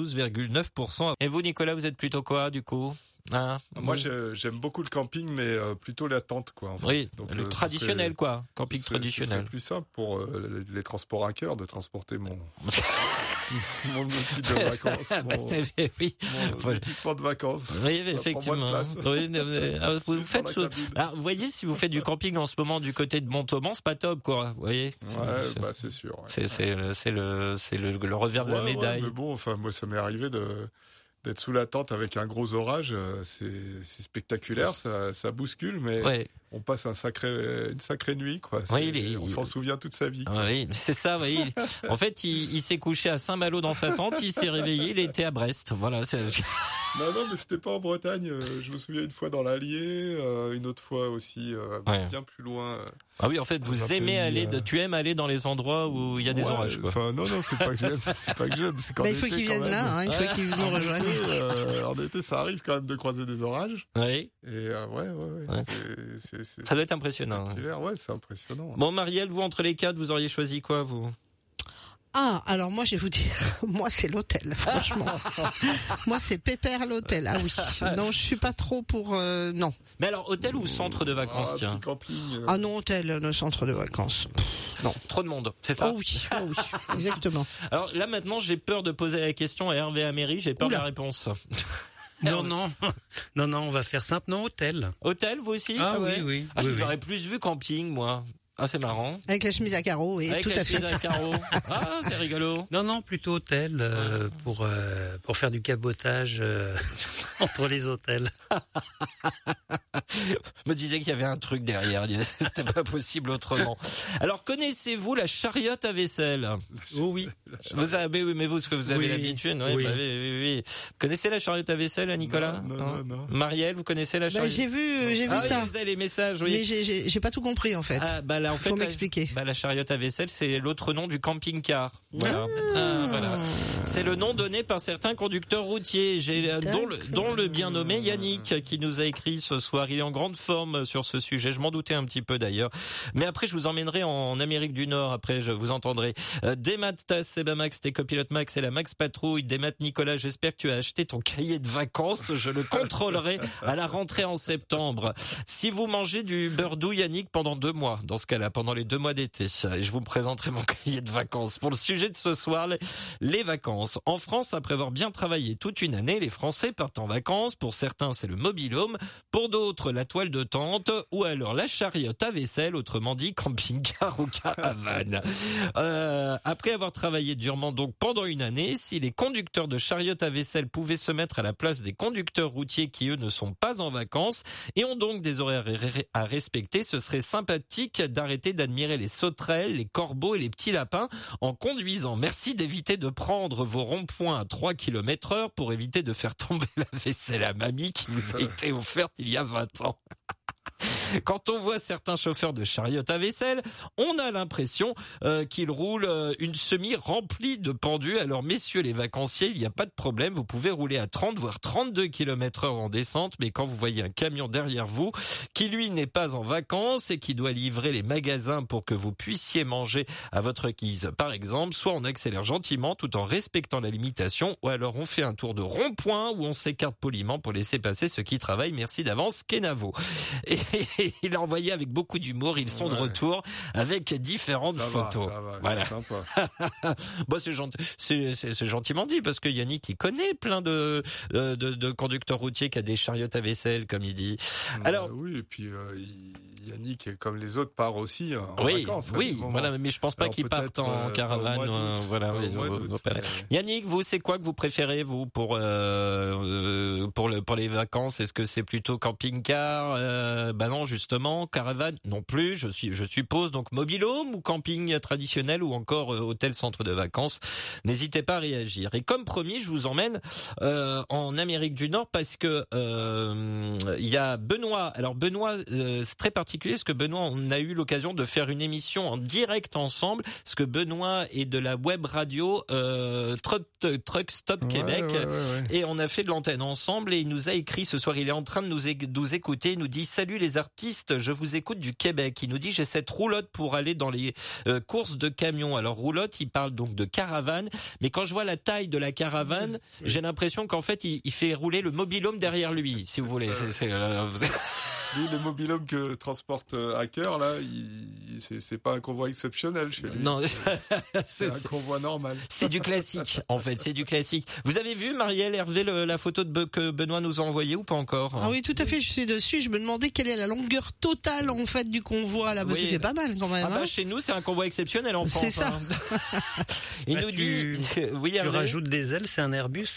douze virgule neuf pour cent. Et vous, Nicolas, vous êtes plutôt quoi, du coup? Hein, Moi, je, j'aime beaucoup le camping, mais euh, plutôt la tente, quoi. En fait. Oui, Donc, le euh, traditionnel, serait, quoi. Camping ce serait, traditionnel. Ce serait plus simple pour euh, les, les transports à cœur de transporter mon mon outil de vacances, mon, bah, c'est, oui. mon équipement de vacances. Oui, Ça effectivement. prend moins de place. Oui, mais, alors, vous, Dans faites la ce... cabine. alors, vous voyez, si vous faites du camping en ce moment du côté de Montauban, c'est pas top, quoi. Vous voyez? C'est, Ouais, c'est, bah c'est sûr. Ouais. c'est, c'est, c'est le, c'est le, le revers de la Ouais, médaille. Ouais, mais bon, enfin, moi, ça m'est arrivé de d'être sous la tente avec un gros orage. euh, C'est, c'est spectaculaire, ça, ça bouscule, mais Ouais. on passe un sacré, une sacrée nuit, quoi. C'est- Oui, il est- on s'en souvient toute sa vie. Ah oui, c'est ça, oui. En fait, il, il s'est couché à Saint-Malo dans sa tente, il s'est réveillé, il était à Brest. Voilà. C'est... Non, non, mais c'était pas en Bretagne. euh, Je me souviens une fois dans l'Allier, euh, une autre fois aussi, euh, Ouais. bien plus loin. euh, Ah oui, en fait, vous Dans un aimez pays, aller, de, euh, tu aimes aller dans les endroits où il y a des ouais, orages, quoi. Enfin, non, non, c'est pas que j'aime, c'est pas que j'aime, c'est qu'en Bah, il faut été, qu'ils quand viennent même, là, hein, il faut qu'ils nous en rejoignent. été, euh, en été, ça arrive quand même de croiser des orages. Oui, Et euh, ouais, ouais, ouais. Ouais. C'est, c'est, c'est ça doit être impressionnant. spectaculaire. Ouais, c'est impressionnant. Bon, Marielle, vous, entre les quatre, vous auriez choisi quoi, vous? Ah, alors moi, je vais vous dire, moi, c'est l'hôtel, franchement. Moi, c'est pépère l'hôtel. Ah oui. Non, je suis pas trop pour, euh, non. Mais alors, hôtel ou centre de vacances, Ah, tiens? petit camping. euh, Ah non, hôtel, le centre de vacances. Trop de monde, c'est ça? Oh oui, oh oui, exactement. Alors là, maintenant, j'ai peur de poser la question à Hervé Améry, j'ai peur Oula. de la réponse. Non, non, non, non, on va faire simple, non, hôtel. Hôtel, vous aussi? Ah, ouais. oui, oui. Ah, oui, je vous oui. aurais plus vu camping, moi. Ah, c'est marrant. Avec la chemise à carreaux, et Avec tout la à fait. chemise à carreaux. Ah, c'est rigolo. Non, non, plutôt hôtel euh, pour euh, pour faire du cabotage euh, entre les hôtels. Je me disais qu'il y avait un truc derrière. C'était pas possible autrement. Alors, connaissez-vous la chariote à vaisselle? Oh oui. Vous avez, oui, mais vous, ce que vous avez Oui, l'habitude, oui, oui. bah, oui, oui, oui. Vous connaissez la chariote à vaisselle, Nicolas? Non, non, Hein non, non. Marielle, vous connaissez la Bah, chariote? j'ai vu, j'ai vu ah, ça. oui, vous avez les messages, oui. Mais j'ai, j'ai, j'ai pas tout compris, en fait. Ah, bah là, en fait, Faut la- m'expliquer. Bah, la chariote à vaisselle, c'est l'autre nom du camping-car. Voilà. Ah, voilà. C'est le nom donné par certains conducteurs routiers, j'ai, euh, dont, le, dont le bien nommé Yannick, qui nous a écrit ce soir. Il est en grande forme sur ce sujet. Je m'en doutais un petit peu d'ailleurs. Mais après, je vous emmènerai en Amérique du Nord. Après, je vous entendrai. Euh, Demat, Tas, Sebamax, tes copilotes Max et la Max Patrouille. Demat, Nicolas, j'espère que tu as acheté ton cahier de vacances. Je le contrôlerai à la rentrée en septembre. Si vous mangez du beurre doux, Yannick, pendant deux mois, dans ce cas-là, pendant les deux mois d'été, et je vous présenterai mon cahier de vacances. Pour le sujet de ce soir, les, les vacances. En France, après avoir bien travaillé toute une année, les Français partent en vacances. Pour certains, c'est le mobil-home. Pour d'autres, la toile de tente ou alors la chariote à vaisselle, autrement dit camping-car ou caravane. Euh, après avoir travaillé durement donc pendant une année, si les conducteurs de chariote à vaisselle pouvaient se mettre à la place des conducteurs routiers qui eux ne sont pas en vacances et ont donc des horaires à respecter, ce serait sympathique d'arrêter d'admirer les sauterelles, les corbeaux et les petits lapins en conduisant. Merci d'éviter de prendre vos ronds-points à trois kilomètres heure pour éviter de faire tomber la vaisselle à mamie qui vous a été offerte il y a vingt ans. Quand on voit certains chauffeurs de chariote à vaisselle, on a l'impression euh, qu'ils roulent euh, une semi remplie de pendus. Alors messieurs les vacanciers, il n'y a pas de problème, vous pouvez rouler à trente voire trente-deux kilomètres heure en descente, mais quand vous voyez un camion derrière vous qui lui n'est pas en vacances et qui doit livrer les magasins pour que vous puissiez manger à votre guise, par exemple, soit on accélère gentiment tout en respectant la limitation, ou alors on fait un tour de rond-point où on s'écarte poliment pour laisser passer ceux qui travaillent. Merci d'avance, Kenavo. Et il a envoyé avec beaucoup d'humour. Ils sont Ouais. de retour avec différentes Ça va, photos. ça va, Voilà. c'est sympa. Bon, c'est gentil, c'est, c'est, c'est gentiment dit parce que Yannick il connaît plein de, de, de, de conducteurs routiers qui a des chariotes à vaisselle, comme il dit. Alors. Bah oui, et puis euh, Yannick, comme les autres, part aussi euh, en Oui, vacances. à oui, des moments. voilà, mais je pense pas Alors, qu'ils partent peut-être, en euh, caravane. au mois euh, d'août. voilà, Au ils ont mois vos- d'août, vos périodes. mais- Yannick, vous, c'est quoi que vous préférez vous pour euh, euh, pour le pour les vacances? Est-ce que c'est plutôt camping-car? euh, Bah non, justement, caravane non plus. Je suis, je suppose donc mobil-home ou camping traditionnel ou encore euh, hôtel centre de vacances. N'hésitez pas à réagir. Et comme promis, je vous emmène euh, en Amérique du Nord parce que euh, il y a Benoît. Alors Benoît, euh, c'est très particulier parce que Benoît, on a eu l'occasion de faire une émission en direct ensemble parce que Benoît est de la web radio euh, Truck, Truck Stop Ouais, Québec ouais, ouais, ouais. et on a fait de l'antenne ensemble et il nous a écrit ce soir. Il est en train de nous, é- nous écouter. Il nous dit salut les artistes, je vous écoute du Québec. Il nous dit j'ai cette roulotte pour aller dans les euh, courses de camions. Alors roulotte, il parle donc de caravane, mais quand je vois la taille de la caravane, oui. j'ai l'impression qu'en fait il, il fait rouler le mobil-home derrière lui, si vous voulez. C'est, c'est, euh, Lui, le mobil-home que transporte euh, Hacker, là, il, c'est, c'est pas un convoi exceptionnel chez lui. Non, c'est, c'est, c'est un convoi normal. C'est du classique, en fait, c'est du classique. Vous avez vu, Marielle, Hervé, le, la photo de Be- que Benoît nous a envoyée ou pas encore? Ah oui, tout à fait, je suis dessus. Je me demandais quelle est la longueur totale, en fait, du convoi, là, parce oui. que c'est pas mal, quand même. Ah bah, hein. chez nous, c'est un convoi exceptionnel en France. C'est ça. Hein. Il bah, nous tu, dit, oui, tu Hervé. rajoutes des ailes, c'est un Airbus.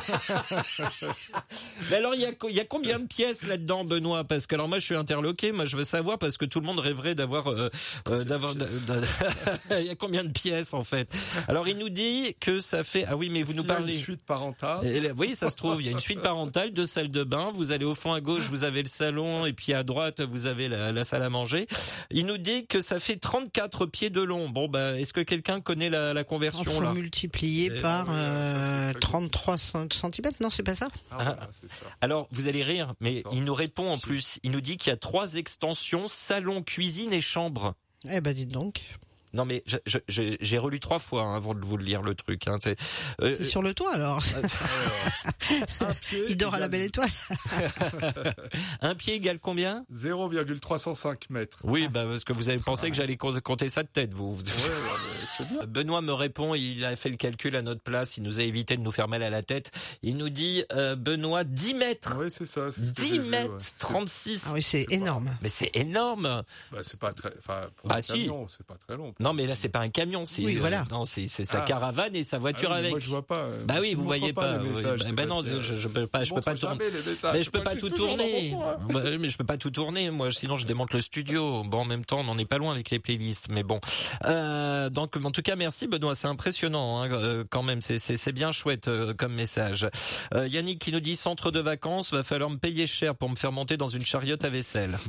Mais alors, il y a, il y a combien de pièces là-dedans, Benoît? Parce que alors moi, je suis interloqué. Moi, je veux savoir parce que tout le monde rêverait d'avoir, euh, euh, d'avoir. Il y a combien de pièces en fait? Alors, il nous dit que ça fait. Ah oui, mais vous Est-ce nous qu'il y a parlez. une suite parentale. Et là, oui, ça se trouve. Il y a une suite parentale, deux salles de bain. Vous allez au fond à gauche, vous avez le salon, et puis à droite, vous avez la, la salle à manger. Il nous dit que ça fait trente-quatre pieds de long. Bon, bah, est-ce que quelqu'un connaît la, la conversion Il faut là? multiplier Et par oui, euh, ça, c'est trente-trois centimètres, non, c'est pas ça? Ah, voilà, c'est ça. Alors, vous allez rire, mais Attends. il nous répond en plus. Il nous dit qu'il y a trois extensions, salon, cuisine et chambre. Eh ben, dites donc. Non mais je, je, je, j'ai relu trois fois hein, avant de vous le lire le truc. Hein, c'est, euh, C'est sur le toit, alors. Un pied Il dort à la belle étoile. un pied égale combien? zéro virgule trois cent cinq mètres. Oui, bah parce que vous avez pensé que j'allais compter ça de tête, vous. Ouais, ouais, mais c'est bien. Benoît me répond, il a fait le calcul à notre place, il nous a évité de nous faire mal à la tête. Il nous dit, euh, Benoît, dix mètres. Oui, c'est ça. C'est ce que j'ai dix vu, mètres, ouais. trente-six. Ah oui, c'est C'est énorme. Mais c'est énorme. Bah, c'est pas très, enfin, pour Bah, un si. camion, c'est pas très long. Non, mais là, c'est pas un camion, c'est, Oui, voilà. euh, non, c'est, c'est sa Ah. caravane et sa voiture Ah oui, avec. Moi, je vois pas. euh, Bah oui, tu vous montres voyez pas. les oui. messages, Bah, bah non, Sébastien. je, je peux pas, je peux pas Montre tourner. jamais les messages. Mais je peux Moi, pas suis tout toujours dans tourner. mon coin. Bah, oui, mais je peux pas tout tourner, moi, sinon je démonte le studio. Bon, en même temps, on n'en est pas loin avec les playlists, mais bon. Euh, donc, en tout cas, merci Benoît, c'est impressionnant, hein, euh, quand même, c'est, c'est, c'est bien chouette euh, comme message. Euh, Yannick qui nous dit centre de vacances, va falloir me payer cher pour me faire monter dans une chariote à vaisselle.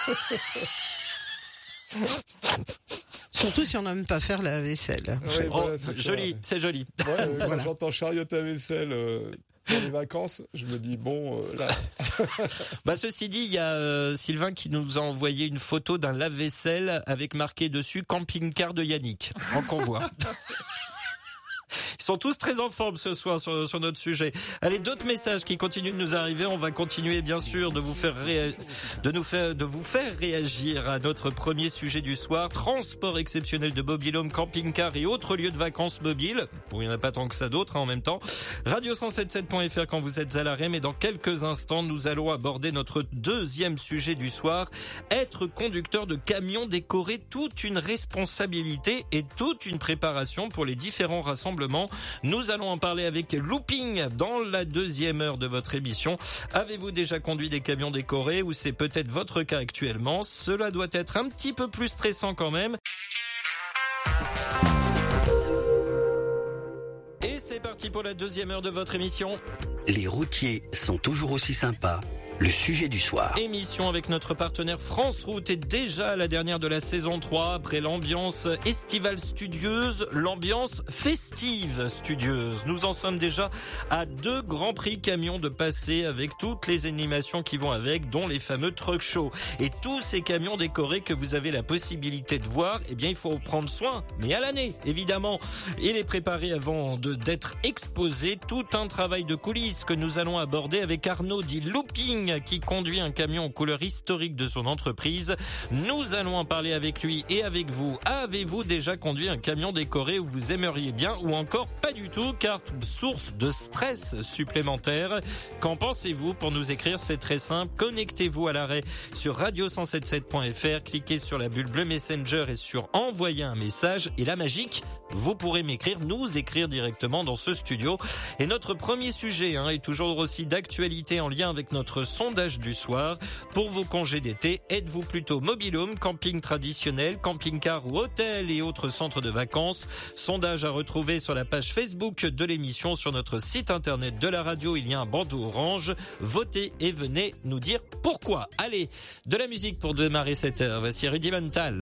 Surtout si on n'aime pas faire la vaisselle. Ouais, Oh, voilà, c'est ça. joli, c'est joli. Ouais, ouais, quand Voilà. j'entends chariote à vaisselle euh, pour les vacances, je me dis bon, euh, là, Bah ceci dit, il y a euh, Sylvain qui nous a envoyé une photo d'un lave-vaisselle avec marqué dessus camping-car de Yannick en convoi. Ils sont tous très en forme ce soir sur, sur notre sujet. Allez, d'autres messages qui continuent de nous arriver. On va continuer bien sûr de vous faire réa- de nous faire de vous faire réagir à notre premier sujet du soir. Transport exceptionnel de mobil-home, camping-car et autres lieux de vacances mobiles. Bon, il n'y en a pas tant que ça d'autres hein, en même temps. radio cent soixante-sept point f r quand vous êtes à l'arrêt. Mais dans quelques instants, nous allons aborder notre deuxième sujet du soir. Être conducteur de camion décoré, toute une responsabilité et toute une préparation pour les différents rassemblements. Nous allons en parler avec Looping dans la deuxième heure de votre émission. Avez-vous déjà conduit des camions décorés ou c'est peut-être votre cas actuellement? Cela doit être un petit peu plus stressant quand même. Et c'est parti pour la deuxième heure de votre émission. Les routiers sont toujours aussi sympas. Le sujet du soir. Émission avec notre partenaire France Route est déjà la dernière de la saison trois après l'ambiance estivale studieuse, l'ambiance festive studieuse. Nous en sommes déjà à deux grands prix camions de passé avec toutes les animations qui vont avec, dont les fameux truck shows. Et tous ces camions décorés que vous avez la possibilité de voir, eh bien il faut prendre soin, mais à l'année évidemment, et les préparer avant de d'être exposés. Tout un travail de coulisses que nous allons aborder avec Arnaud dit Looping, qui conduit un camion aux couleurs historiques de son entreprise. Nous allons en parler avec lui et avec vous. Avez-vous déjà conduit un camion décoré où vous aimeriez bien ou encore pas du tout, car source de stress supplémentaire? Qu'en pensez-vous? Pour nous écrire, c'est très simple. Connectez-vous à l'arrêt sur radio cent soixante-sept point f r, cliquez sur la bulle bleue Messenger et sur envoyer un message. Et la magique, vous pourrez m'écrire, nous écrire directement dans ce studio. Et notre premier sujet hein, est toujours aussi d'actualité en lien avec notre sondage du soir. Pour vos congés d'été, êtes-vous plutôt mobil-home, camping traditionnel, camping-car ou hôtel et autres centres de vacances? Sondage à retrouver sur la page Facebook de l'émission, sur notre site internet de la radio. Il y a un bandeau orange. Votez et venez nous dire pourquoi. Allez, de la musique pour démarrer cette heure. Voici Rudimental.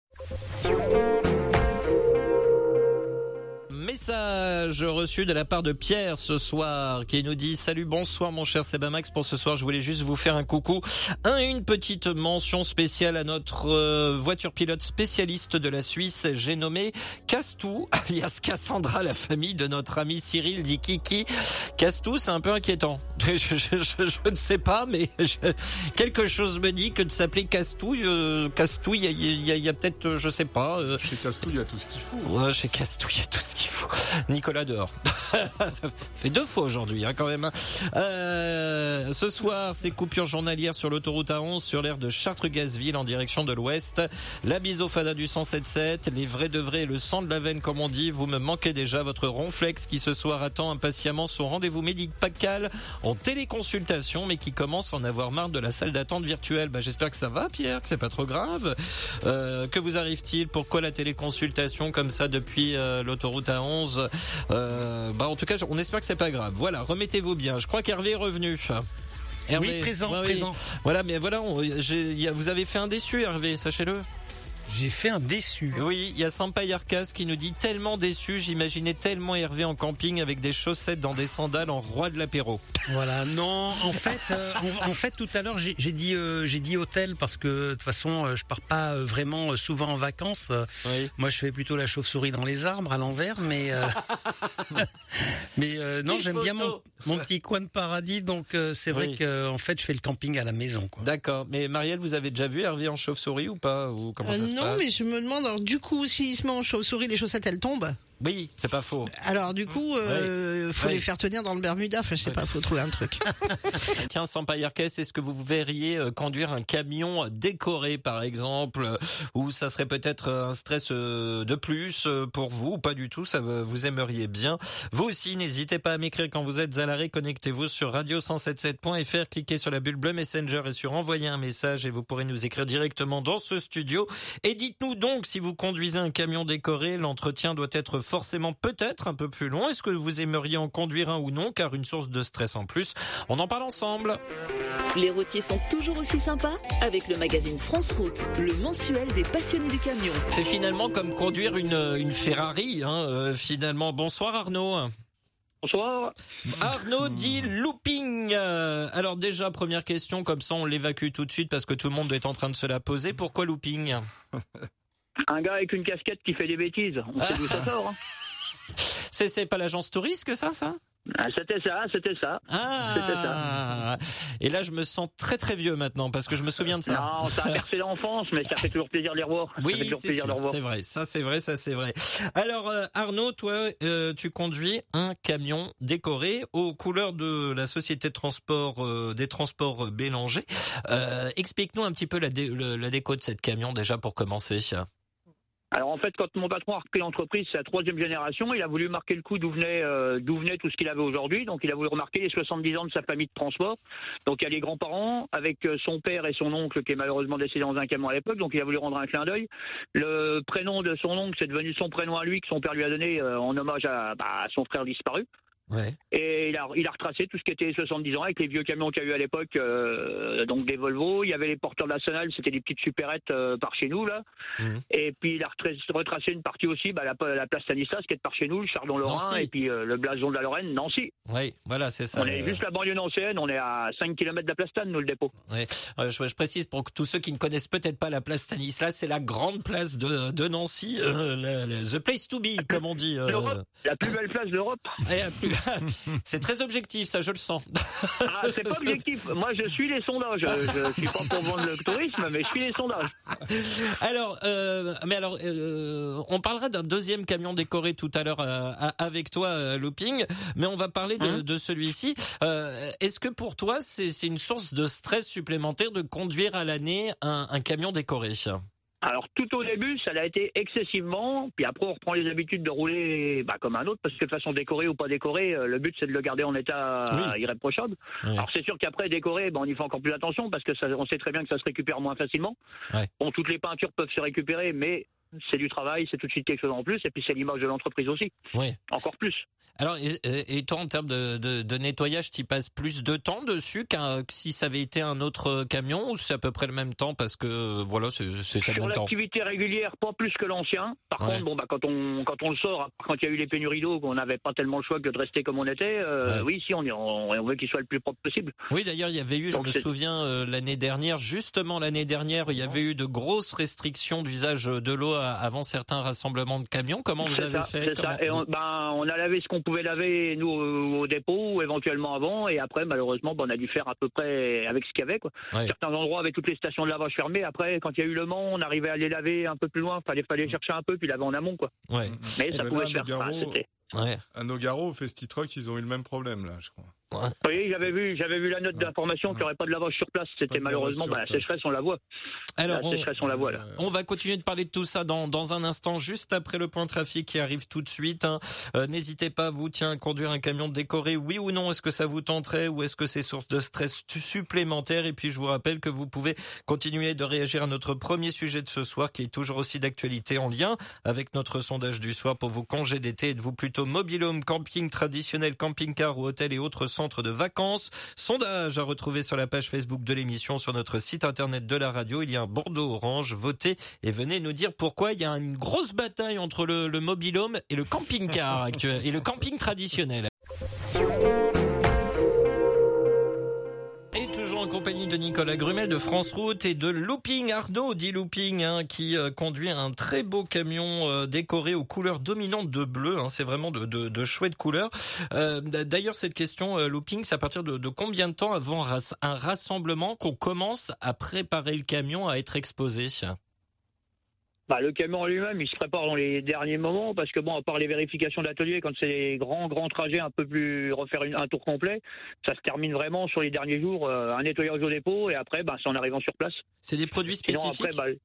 Message reçu de la part de Pierre ce soir qui nous dit: salut, bonsoir mon cher Sebamax, pour ce soir je voulais juste vous faire un coucou, un, une petite mention spéciale à notre euh, voiture pilote spécialiste de la Suisse, j'ai nommé Castou alias Cassandra, la famille de notre ami Cyril dit Kiki. Castou, c'est un peu inquiétant. Je, je, je, je ne sais pas, mais je, quelque chose me dit que de s'appeler Castouille, euh, Castouille, il y a, y a, y a peut-être, je sais pas. Euh... Chez Castouille, il y a tout ce qu'il faut. Ouais, chez Castouille, il y a tout ce qu'il faut. Nicolas dehors. Ça fait deux fois aujourd'hui, hein, quand même. Euh, ce soir, c'est coupure journalière sur l'autoroute A onze, sur l'aire de Chartres-Gazville en direction de l'ouest. La bise au fada du cent sept sept, les vrais de vrais, le sang de la veine, comme on dit. Vous me manquez déjà, votre ronflex qui ce soir attend impatiemment son rendez-vous médical en téléconsultation, mais qui commence à en avoir marre de la salle d'attente virtuelle. Bah, j'espère que ça va, Pierre, que c'est pas trop grave. Euh, que vous arrive-t-il? Pourquoi la téléconsultation comme ça depuis euh, l'autoroute A onze? euh, Bah, en tout cas, on espère que c'est pas grave. Voilà, remettez-vous bien. Je crois qu'Hervé est revenu. Hervé, oui, présent, ouais, présent. Oui. Voilà, mais voilà, on, j'ai, y a, vous avez fait un déçu, Hervé, sachez-le. J'ai fait un déçu. Oui, il y a Sampaï Arcas qui nous dit: tellement déçu, j'imaginais tellement Hervé en camping avec des chaussettes dans des sandales en roi de l'apéro. Voilà, non, en fait, euh, en, en fait, tout à l'heure, j'ai, j'ai dit, euh, j'ai dit hôtel parce que de toute façon, euh, je pars pas vraiment souvent en vacances. Oui. Moi, je fais plutôt la chauve-souris dans les arbres à l'envers, mais euh, mais euh, non, j'aime bien mon, mon petit coin de paradis, donc euh, c'est vrai oui. que en fait, je fais le camping à la maison, quoi. D'accord, mais Marielle, vous avez déjà vu Hervé en chauve-souris ou pas, ou comment euh, ça se non, passe? Mais je me demande, alors du coup, s'il se met en chauve-souris, les chaussettes elles tombent? Oui, c'est pas faux. Alors du coup, euh, oui. faut oui. les faire tenir dans le Bermuda. Enfin, je sais oui. pas, faut trouver un truc. Tiens, Sampaï Arcas, est-ce que vous verriez conduire un camion décoré, par exemple, ou ça serait peut-être un stress de plus pour vous, ou pas du tout? Ça vous aimeriez bien? Vous aussi, n'hésitez pas à m'écrire quand vous êtes à l'arrêt. Connectez-vous sur radio cent soixante-dix-sept point f r, cliquez sur la bulle bleue Messenger et sur envoyer un message, et vous pourrez nous écrire directement dans ce studio. Et dites-nous donc, si vous conduisez un camion décoré, l'entretien doit être forcément peut-être un peu plus long. Est-ce que vous aimeriez en conduire un ou non, car une source de stress en plus? On en parle ensemble. Les routiers sont toujours aussi sympas avec le magazine France Route, le mensuel des passionnés du camion. C'est finalement comme conduire une, une Ferrari, hein, euh, finalement. Bonsoir Arnaud. Bonsoir. Arnaud dit looping. Euh, alors déjà, première question, comme ça on l'évacue tout de suite parce que tout le monde est en train de se la poser. Pourquoi looping? Un gars avec une casquette qui fait des bêtises. On sait d'où ça sort. Hein. C'est, c'est pas l'agence touriste que ça, ça? Ah, c'était ça, c'était ça. Ah. C'était ça. Et là, je me sens très très vieux maintenant parce que je me souviens de ça. Non, ça a bercé l'enfance, mais ça fait toujours plaisir de les revoir. Oui, ça fait toujours c'est plaisir sûr, de les revoir. C'est vrai. Ça, c'est vrai, ça, c'est vrai. Alors, euh, Arnaud, toi, euh, tu conduis un camion décoré aux couleurs de la société de transport euh, des transports Bélanger. Euh, explique-nous un petit peu la, dé- le, la déco de cette camion déjà pour commencer. Alors en fait, quand mon patron a repris l'entreprise, c'est la troisième génération, il a voulu marquer le coup d'où venait, euh, d'où venait tout ce qu'il avait aujourd'hui. Donc il a voulu remarquer les soixante-dix ans de sa famille de transport. Donc il y a les grands-parents avec son père et son oncle qui est malheureusement décédé dans un camion à l'époque. Donc il a voulu rendre un clin d'œil. Le prénom de son oncle, c'est devenu son prénom à lui que son père lui a donné euh, en hommage à, bah, à son frère disparu. Ouais. Et il a, il a retracé tout ce qui était soixante-dix ans avec les vieux camions qu'il y a eu à l'époque, euh, donc des Volvo. Il y avait les porteurs nationales, c'était des petites supérettes euh, par chez nous là. Mmh. Et puis il a retracé une partie aussi, bah, la, la place Stanislas qui est par chez nous, le Chardon-Lorrain et puis euh, le blason de la Lorraine, Nancy. Oui, voilà, c'est ça. On est juste la banlieue nancéenne, on est à cinq kilomètres de la place Stan, nous, le dépôt. Ouais. Euh, je, je précise pour que tous ceux qui ne connaissent peut-être pas la place Stanislas, c'est la grande place de, de Nancy, euh, la, la, the place to be, comme on dit. Euh... La plus belle place d'Europe. Et la plus... C'est très objectif, ça, je le sens. Ah, c'est pas objectif. Moi, je suis les sondages. Je, je suis pas pour vendre le tourisme, mais je suis les sondages. Alors, euh, mais alors, euh, on parlera d'un deuxième camion décoré tout à l'heure euh, avec toi, euh, Looping, mais on va parler de, mmh. de celui-ci. Euh, est-ce que pour toi, c'est, c'est une source de stress supplémentaire de conduire à l'année un, un camion décoré ? Alors tout au début, ça l'a été excessivement, puis après on reprend les habitudes de rouler bah, comme un autre, parce que de façon décorée ou pas décorée, le but c'est de le garder en état oui. irréprochable. Oui. Alors c'est sûr qu'après décoré, bah, on y fait encore plus attention, parce que ça, on sait très bien que ça se récupère moins facilement. Ouais. Bon, toutes les peintures peuvent se récupérer, mais c'est du travail, c'est tout de suite quelque chose en plus, et puis c'est l'image de l'entreprise aussi. Oui. Encore plus. Alors, et, et toi, en termes de, de, de nettoyage, tu passes plus de temps dessus qu'un, que si ça avait été un autre camion, ou c'est à peu près le même temps parce que voilà, c'est, c'est ça le même temps. Sur l'activité régulière, pas plus que l'ancien. Par ouais. contre, bon bah quand on quand on le sort, quand il y a eu les pénuries d'eau, qu'on n'avait pas tellement le choix que de rester comme on était, euh, ouais. oui, si on, on on veut qu'il soit le plus propre possible. Oui, d'ailleurs, il y avait eu, Donc je me c'est... souviens euh, l'année dernière, justement l'année dernière, il y avait eu de grosses restrictions d'usage de l'eau à, avant certains rassemblements de camions. Comment vous c'est avez ça, fait c'est Comment... ça. Et on, ben, on a lavé ce qu'on pouvait laver, nous, au, au dépôt, ou éventuellement avant, et après, malheureusement, ben, on a dû faire à peu près avec ce qu'il y avait, quoi. Ouais. Certains endroits avec toutes les stations de lavage fermées, après, quand il y a eu le Mans, on arrivait à les laver un peu plus loin, fallait, fallait chercher un peu, puis laver en amont, quoi. Ouais. Mais ça et pouvait là, se faire. Nogaro, enfin, c'était... Ouais. À Nogaro, au Festi-Truck, ils ont eu le même problème, là, je crois. Ouais. Oui, j'avais vu, j'avais vu la note d'information qu'il n'y aurait pas de lavage sur place. C'était malheureusement, bah, la sécheresse, on la voit. Alors, la sécheresse, on la voit, là. On va continuer de parler de tout ça dans, dans un instant, juste après le point trafic qui arrive tout de suite, hein. Euh, n'hésitez pas, vous, tiens, à conduire un camion décoré, oui ou non? Est-ce que ça vous tenterait ou est-ce que c'est source de stress supplémentaire? Et puis, je vous rappelle que vous pouvez continuer de réagir à notre premier sujet de ce soir, qui est toujours aussi d'actualité en lien avec notre sondage du soir pour vos congés d'été. Êtes-vous plutôt mobil-home, camping traditionnel, camping-car ou hôtel et autres centres de vacances? Sondage à retrouver sur la page Facebook de l'émission, sur notre site internet de la radio. Il y a un bandeau orange, votez et venez nous dire pourquoi il y a une grosse bataille entre le, le mobil-home et le camping-car actuel et le camping traditionnel. Et toujours en compagnie de Nicolas Grumel de France Route et de Looping, Arnaud dit Looping, hein, qui euh, conduit un très beau camion euh, décoré aux couleurs dominantes de bleu, hein, c'est vraiment de, de, de chouettes couleurs. Euh, d'ailleurs, cette question, euh, Looping, c'est à partir de, de combien de temps avant un rassemblement qu'on commence à préparer le camion à être exposé? Bah, le camion en lui-même, il se prépare dans les derniers moments parce que bon, à part les vérifications d'atelier, quand c'est des grands grands trajets un peu plus refaire une, un tour complet, ça se termine vraiment sur les derniers jours, euh, un nettoyage au dépôt et après, bah, c'est en arrivant sur place. C'est des produits spécifiques. Sinon, après,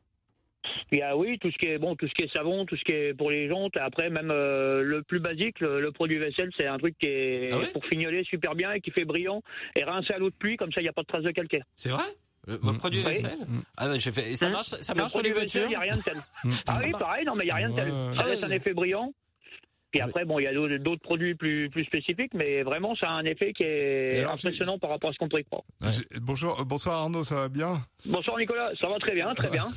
bah, il y a oui tout ce qui est bon, tout ce qui est savon, tout ce qui est pour les jantes. Et après, même euh, le plus basique, le, le produit vaisselle, c'est un truc qui est ah ouais pour fignoler super bien et qui fait brillant et rincer à l'eau de pluie, comme ça, il n'y a pas de traces de calcaire. C'est vrai? Euh, Votre mmh. produit vaisselle mmh. Ah ouais, j'ai fait. Et ça marche, ça marche sur les voitures? Il y a rien de tel. Ah oui, pareil, non mais il y a rien de tel. Ça laisse un effet brillant. Puis après, bon, il y a d'autres, d'autres produits plus plus spécifiques, mais vraiment, ça a un effet qui est alors, impressionnant j'ai... par rapport à ce qu'on pourrait croire. Ouais. Bonjour, bonsoir Arnaud, ça va bien? Bonsoir Nicolas, ça va très bien, très bien.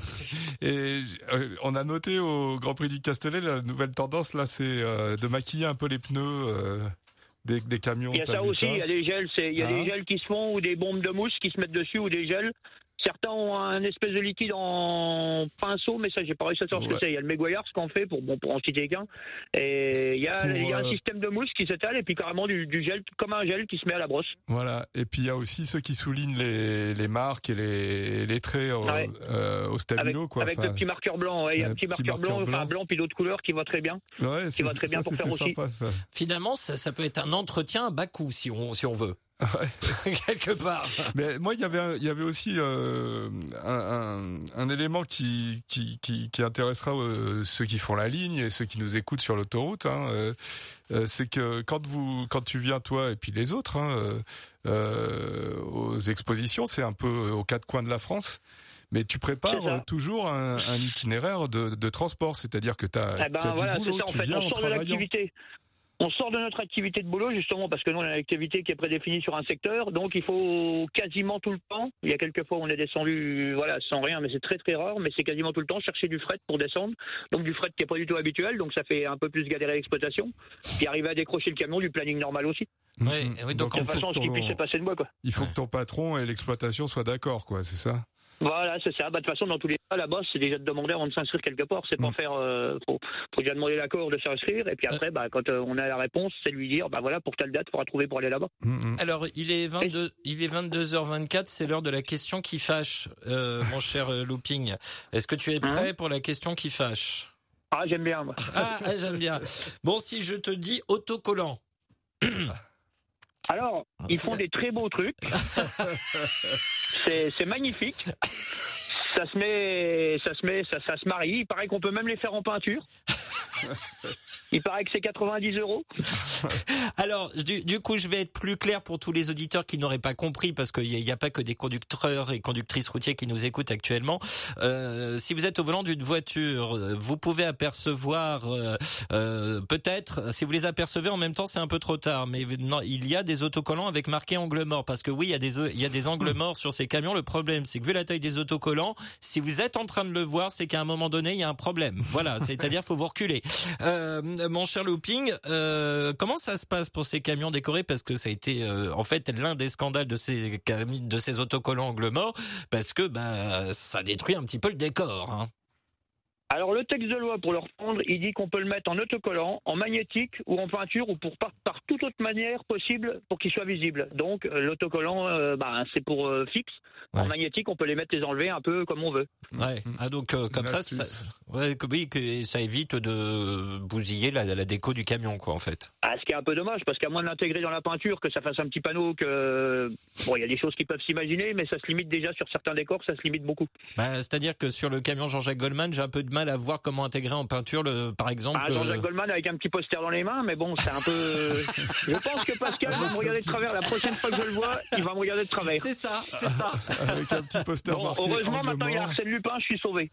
Et euh, on a noté au Grand Prix du Castellet, la nouvelle tendance là, c'est euh, de maquiller un peu les pneus. Euh... Des, des camions. Il y a ça aussi, il y a des gels, c'est, il y a ah. des gels qui se font ou des bombes de mousse qui se mettent dessus ou des gels. Certains ont un espèce de liquide en pinceau, mais ça j'ai pas réussi à savoir ouais. ce que c'est. Il y a le Meguiar, ce qu'on fait pour bon pour en citer qu'un. Et il y a pour, il y a un euh... système de mousse qui s'étale et puis carrément du, du gel comme un gel qui se met à la brosse. Voilà. Et puis il y a aussi ceux qui soulignent les, les marques et les, les traits au, ouais. euh, au stabilo avec, quoi. Avec enfin, le petit marqueur blanc. Ouais. Il y a un petit, petit marqueur, marqueur blanc, blanc. Enfin blanc puis d'autres couleurs qui va très bien. Ouais, qui va très bien ça, pour faire sympa, aussi. Ça. Finalement, ça, ça peut être un entretien à bas coût si on si on veut. Ouais. Quelque part. Mais moi, il y avait, il y avait aussi euh, un, un, un élément qui, qui, qui, qui intéressera euh, ceux qui font la ligne et ceux qui nous écoutent sur l'autoroute. Hein, euh, euh, c'est que quand vous, quand tu viens toi et puis les autres hein, euh, euh, aux expositions, c'est un peu aux quatre coins de la France. Mais tu prépares toujours un, un itinéraire de, de transport, c'est-à-dire que tu as, eh ben, t'as voilà, du boulot, c'est ça, tu en fait, viens on en sort travaillant. De l'activité. On sort de notre activité de boulot justement parce que nous on a une activité qui est prédéfinie sur un secteur, donc il faut quasiment tout le temps. Il y a quelques fois où on est descendu, voilà, sans rien, mais c'est très très rare, mais c'est quasiment tout le temps chercher du fret pour descendre. Donc du fret qui est pas du tout habituel, donc ça fait un peu plus galérer l'exploitation. Puis arriver à décrocher le camion du planning normal aussi. Oui, oui, donc, donc de façon à ce qu'il puisse se passer de moi quoi. Il faut que ton patron et l'exploitation soient d'accord quoi, c'est ça? Voilà, c'est ça. Bah, de toute façon, dans tous les cas, là-bas, c'est déjà de demander avant de s'inscrire quelque part. C'est mmh. pas faire, euh, faut, faut déjà demander l'accord de s'inscrire. Et puis après, bah, quand euh, on a la réponse, c'est lui dire, bah voilà, pour telle date, il faudra trouver pour aller là-bas. Mmh. Alors, il est vingt-deux, et... il est vingt-deux heures vingt-quatre, c'est l'heure de la question qui fâche, euh, mon cher euh, Looping. Est-ce que tu es prêt mmh. pour la question qui fâche? Ah, j'aime bien, moi. Ah, j'aime bien. Bon, si je te dis autocollant. Alors, ils font des très beaux trucs. c'est, c'est magnifique. Ça se met, ça se met, ça, ça se marie. Il paraît qu'on peut même les faire en peinture. Il paraît que c'est quatre-vingt-dix euros. Alors, du, du coup, je vais être plus clair pour tous les auditeurs qui n'auraient pas compris, parce qu'il n'y a, a pas que des conducteurs et conductrices routiers qui nous écoutent actuellement. Euh, si vous êtes au volant d'une voiture, vous pouvez apercevoir, euh, euh, peut-être, si vous les apercevez en même temps, c'est un peu trop tard, mais non, il y a des autocollants avec marqué angle mort, parce que oui, il y a des, il y a des angles morts sur ces camions. Le problème, c'est que vu la taille des autocollants, si vous êtes en train de le voir, c'est qu'à un moment donné, il y a un problème. Voilà, c'est-à-dire, faut vous reculer. Euh, mon cher Looping, euh, comment ça se passe pour ces camions décorés? Parce que ça a été euh, en fait l'un des scandales de ces cami- de ces autocollants angle mort, parce que bah ça détruit un petit peu le décor. Hein. Alors le texte de loi, pour le reprendre, il dit qu'on peut le mettre en autocollant, en magnétique ou en peinture ou pour par, par toute autre manière possible pour qu'il soit visible. Donc euh, l'autocollant, euh, bah, c'est pour euh, fixe. Ouais. En magnétique, on peut les mettre, les enlever un peu comme on veut. Ouais. Ah donc euh, comme ça, ça, ouais, oui, que ça évite de bousiller la, la déco du camion, quoi, en fait. Ah, ce qui est un peu dommage, parce qu'à moins de l'intégrer dans la peinture, que ça fasse un petit panneau, que bon, il y a des choses qui peuvent s'imaginer, mais ça se limite déjà sur certains décors, ça se limite beaucoup. Bah, c'est-à-dire que sur le camion Jean-Jacques Goldman, j'ai un peu de mal à voir comment intégrer en peinture, le, par exemple. Ah, Jean-Jacques euh... Goldman avec un petit poster dans les mains, mais bon, c'est un peu. Je pense que Pascal va me regarder de travers la prochaine fois que je le vois, il va me regarder de travers. C'est ça, c'est ça. Avec un petit poster bon, marqué. Heureusement, maintenant il y a Arsène Lupin, je suis sauvé.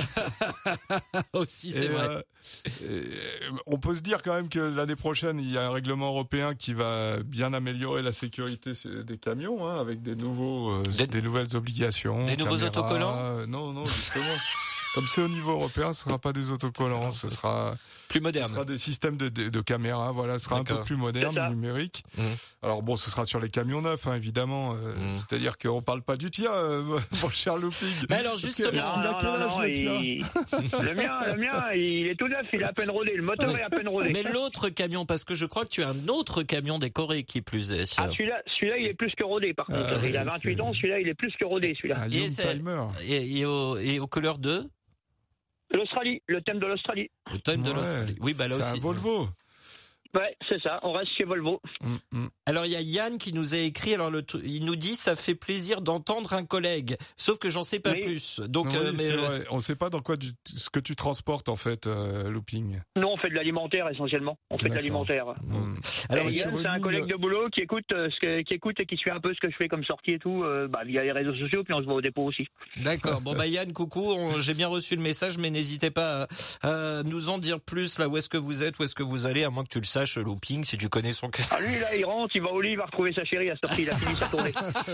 Aussi, c'est et vrai. Euh, et on peut se dire quand même que l'année prochaine, il y a un règlement européen qui va bien améliorer la sécurité des camions, hein, avec des nouveaux, euh, des, des nouvelles obligations. Des nouveaux caméras, autocollants euh, Non, non, justement. Comme c'est au niveau européen, ce sera pas des autocollants, ce sera plus moderne. Ce sera des systèmes de, de, de caméras, voilà, ce sera D'accord. un peu plus moderne, numérique. Mmh. Alors bon, ce sera sur les camions neufs, hein, évidemment. Euh, mmh. C'est-à-dire qu'on parle pas du tien, euh, mon cher Looping. Mais alors justement, non, non, non, non, le, il... le mien, le mien, il est tout neuf, il est à peine rodé, le moteur est à peine rodé. Mais l'autre camion, parce que je crois que tu as un autre camion décoré qui plus est. Ah, celui-là, celui-là, il est plus que rodé, par contre. Ah, il a vingt-huit c'est... ans, celui-là, il est plus que rodé, celui-là. Ah, et, et, et, au, et aux couleurs de l'Australie, le thème de l'Australie. Le thème ouais, de l'Australie. Oui, bah là c'est aussi. C'est un Volvo. Ouais, c'est ça. On reste chez Volvo. Mm, mm. Alors il y a Yann qui nous a écrit. Alors le, il nous dit ça fait plaisir d'entendre un collègue. Sauf que j'en sais pas oui. plus. Donc, oui, euh, mais c'est vrai. On sait pas dans quoi du, ce que tu transportes en fait, euh, Looping. Non, on fait de l'alimentaire essentiellement. On fait D'accord. de l'alimentaire. Mm. Alors et Yann, c'est un collègue de boulot qui écoute, euh, ce que, qui écoute et qui suit un peu ce que je fais comme sortie et tout, euh, bah, via les réseaux sociaux. Puis on se voit au dépôt aussi. D'accord. Bon bah Yann, coucou. On, j'ai bien reçu le message, mais n'hésitez pas à, à nous en dire plus là. Où est-ce que vous êtes, où est-ce que vous allez, à moins que tu le saches, Looping. Si tu connais son cas. Ah lui là il rentre, il va au lit, il va retrouver sa chérie à cette heure-ci, il a fini sa tournée.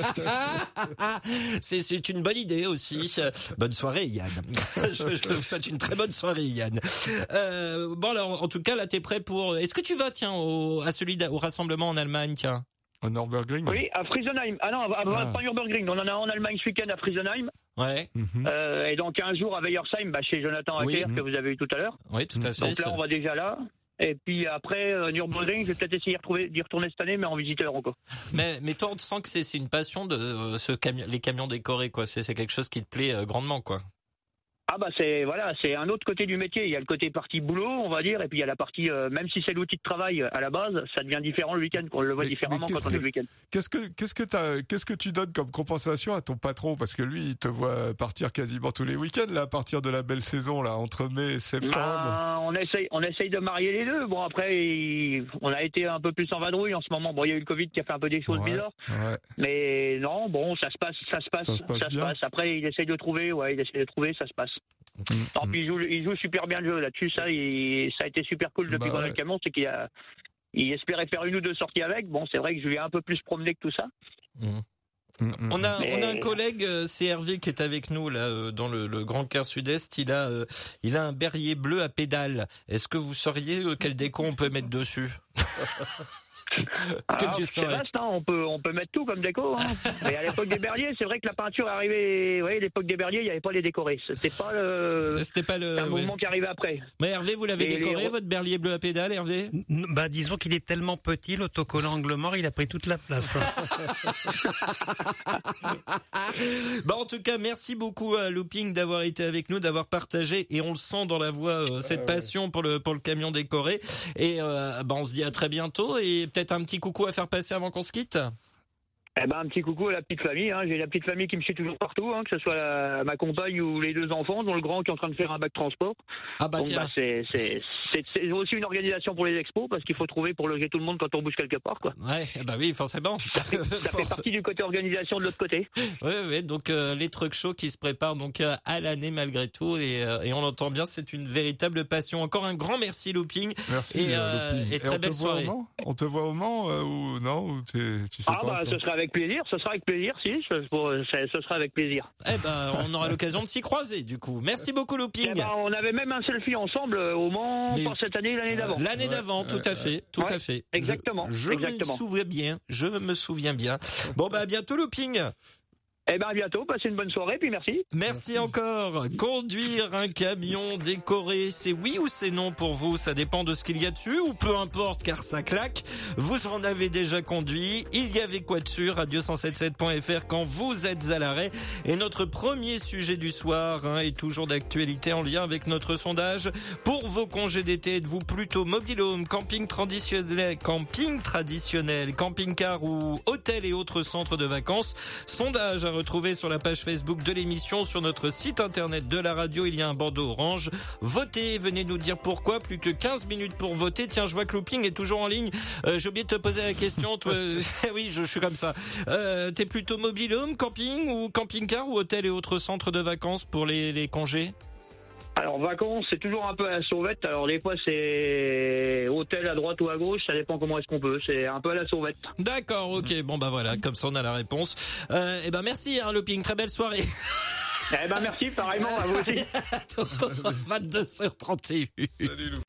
c'est, c'est une bonne idée aussi. Bonne soirée Yann. je, je vous souhaite une très bonne soirée Yann. Euh, bon alors en tout cas là t'es prêt pour. Est-ce que tu vas tiens au, à celui au rassemblement en Allemagne tiens? Au Nürburgring. Oui, à Friesenheim. Ah non, à, ah. pas Nürburgring. On en a en Allemagne ce week-end à Friesenheim. Ouais. Mm-hmm. Euh, et dans quinze jours à Weiersheim, bah, chez Jonathan Hacker oui. que vous avez eu tout à l'heure. Oui, tout à fait. Donc là on va déjà là. Et puis après, euh, Nürburgring, je vais peut-être essayer d'y retrouver, d'y retourner cette année, mais en visiteur encore. Mais, mais toi, on sent que c'est, c'est une passion de euh, ce camion, les camions décorés, quoi. C'est, c'est quelque chose qui te plaît euh, grandement, quoi. Ah bah c'est voilà, c'est un autre côté du métier. Il y a le côté partie boulot, on va dire, et puis il y a la partie, euh, même si c'est l'outil de travail à la base, ça devient différent le week-end. On le voit mais, différemment mais quand on que, est le week-end. Qu'est-ce que qu'est-ce que t'as, qu'est-ce que tu donnes comme compensation à ton patron, parce que lui, il te voit partir quasiment tous les week-ends là, à partir de la belle saison là, entre mai et septembre. Ah, on essaye, on essaye de marier les deux. Bon après, il, on a été un peu plus en vadrouille en ce moment. Bon, il y a eu le Covid qui a fait un peu des choses ouais, bizarres, ouais. mais non, bon, ça se passe, ça se passe, ça se passe. Ça se passe. Après, il essaye de trouver, ouais, il essaye de trouver, ça se passe. Mmh. Non, puis il joue, il joue super bien le jeu là-dessus. Ça, il, ça a été super cool depuis bah, qu'on a ouais. le camion, c'est qu'il a, il espérait faire une ou deux sorties avec. Bon, c'est vrai que je lui ai un peu plus promené que tout ça. Mmh. Mmh. On a, Mais... on a un collègue, c'est Hervé qui est avec nous là dans le, le Grand Quart Sud-Est. Il a, euh, il a un Berlier bleu à pédales. Est-ce que vous sauriez euh, quel déco on peut mettre dessus? Ah, que tu c'est vaste, hein, on peut on peut mettre tout comme déco. Hein. Mais à l'époque des Berliers, c'est vrai que la peinture arrivait. Oui, à l'époque des Berliers, il n'y avait pas les décorés. C'était pas le. C'était pas le. un mouvement ouais. qui arrivait après. Mais Hervé, vous l'avez Et décoré les... votre Berlier bleu à pédales, Hervé? Bah disons qu'il est tellement petit, l'autocollant angle mort, il a pris toute la place. Bah en tout cas, merci beaucoup à Looping d'avoir été avec nous, d'avoir partagé, et on le sent dans la voix euh, cette passion pour le pour le camion décoré. Et euh, bah on se dit à très bientôt et peut-être un petit coucou à faire passer avant qu'on se quitte. Eh ben un petit coucou à la petite famille. Hein. J'ai la petite famille qui me suit toujours partout, hein, que ce soit la, ma compagne ou les deux enfants, dont le grand qui est en train de faire un bac transport. Ah bah Donc, tiens. bah, c'est, c'est, c'est, c'est aussi une organisation pour les expos parce qu'il faut trouver pour loger tout le monde quand on bouge quelque part, quoi. Ouais, bah oui, forcément. Ça fait, ça fait partie du côté organisation de l'autre côté. Oui, oui. Donc euh, les truck shows qui se préparent donc euh, à l'année malgré tout, et, euh, et on l'entend bien, c'est une véritable passion. Encore un grand merci Looping. Merci. Et, euh, euh, Looping. et très on belle te voit soirée. au Mans on te voit au Mans euh, ou non ou t'es, tu sais Ah pas bah encore ce sera avec plaisir, ce sera avec plaisir, si, ce, ce, ce sera avec plaisir. Eh ben, on aura l'occasion de s'y croiser du coup. Merci beaucoup Looping. Eh ben, on avait même un selfie ensemble au Mans, Mais- pas cette année, l'année d'avant. L'année Ouais, d'avant, ouais, tout à fait, tout Ouais, à fait. exactement, Je, je exactement. me souviens bien, je me souviens bien. Bon bah à bientôt Looping. Eh ben à bientôt, passez une bonne soirée, puis merci. Merci encore. Conduire un camion décoré, c'est oui ou c'est non pour vous? Ça dépend de ce qu'il y a dessus ou peu importe car ça claque. Vous en avez déjà conduit. Il y avait quoi dessus? radio cent soixante-sept point f r quand vous êtes à l'arrêt. Et notre premier sujet du soir hein, est toujours d'actualité en lien avec notre sondage. Pour vos congés d'été, êtes-vous plutôt mobil-home, camping traditionnel, camping traditionnel, camping-car ou hôtel et autres centres de vacances? Sondage à retrouver sur la page Facebook de l'émission, sur notre site internet de la radio, il y a un bandeau orange. Votez, venez nous dire pourquoi, plus que quinze minutes pour voter. Tiens, je vois que Looping est toujours en ligne. Euh, j'ai oublié de te poser la question. Toi, oui, je, je suis comme ça. Euh, t'es plutôt mobile home, camping ou camping-car ou hôtel et autres centres de vacances pour les, les congés? Alors vacances, c'est toujours un peu à la sauvette. Alors des fois c'est hôtel à droite ou à gauche, ça dépend comment est-ce qu'on peut. C'est un peu à la sauvette. D'accord, ok. Bon bah voilà, comme ça on a la réponse. Euh, et ben merci hein, Looping, très belle soirée. Eh ben merci, pareillement à vous aussi. vingt-deux heures trente et une. Salut Lou.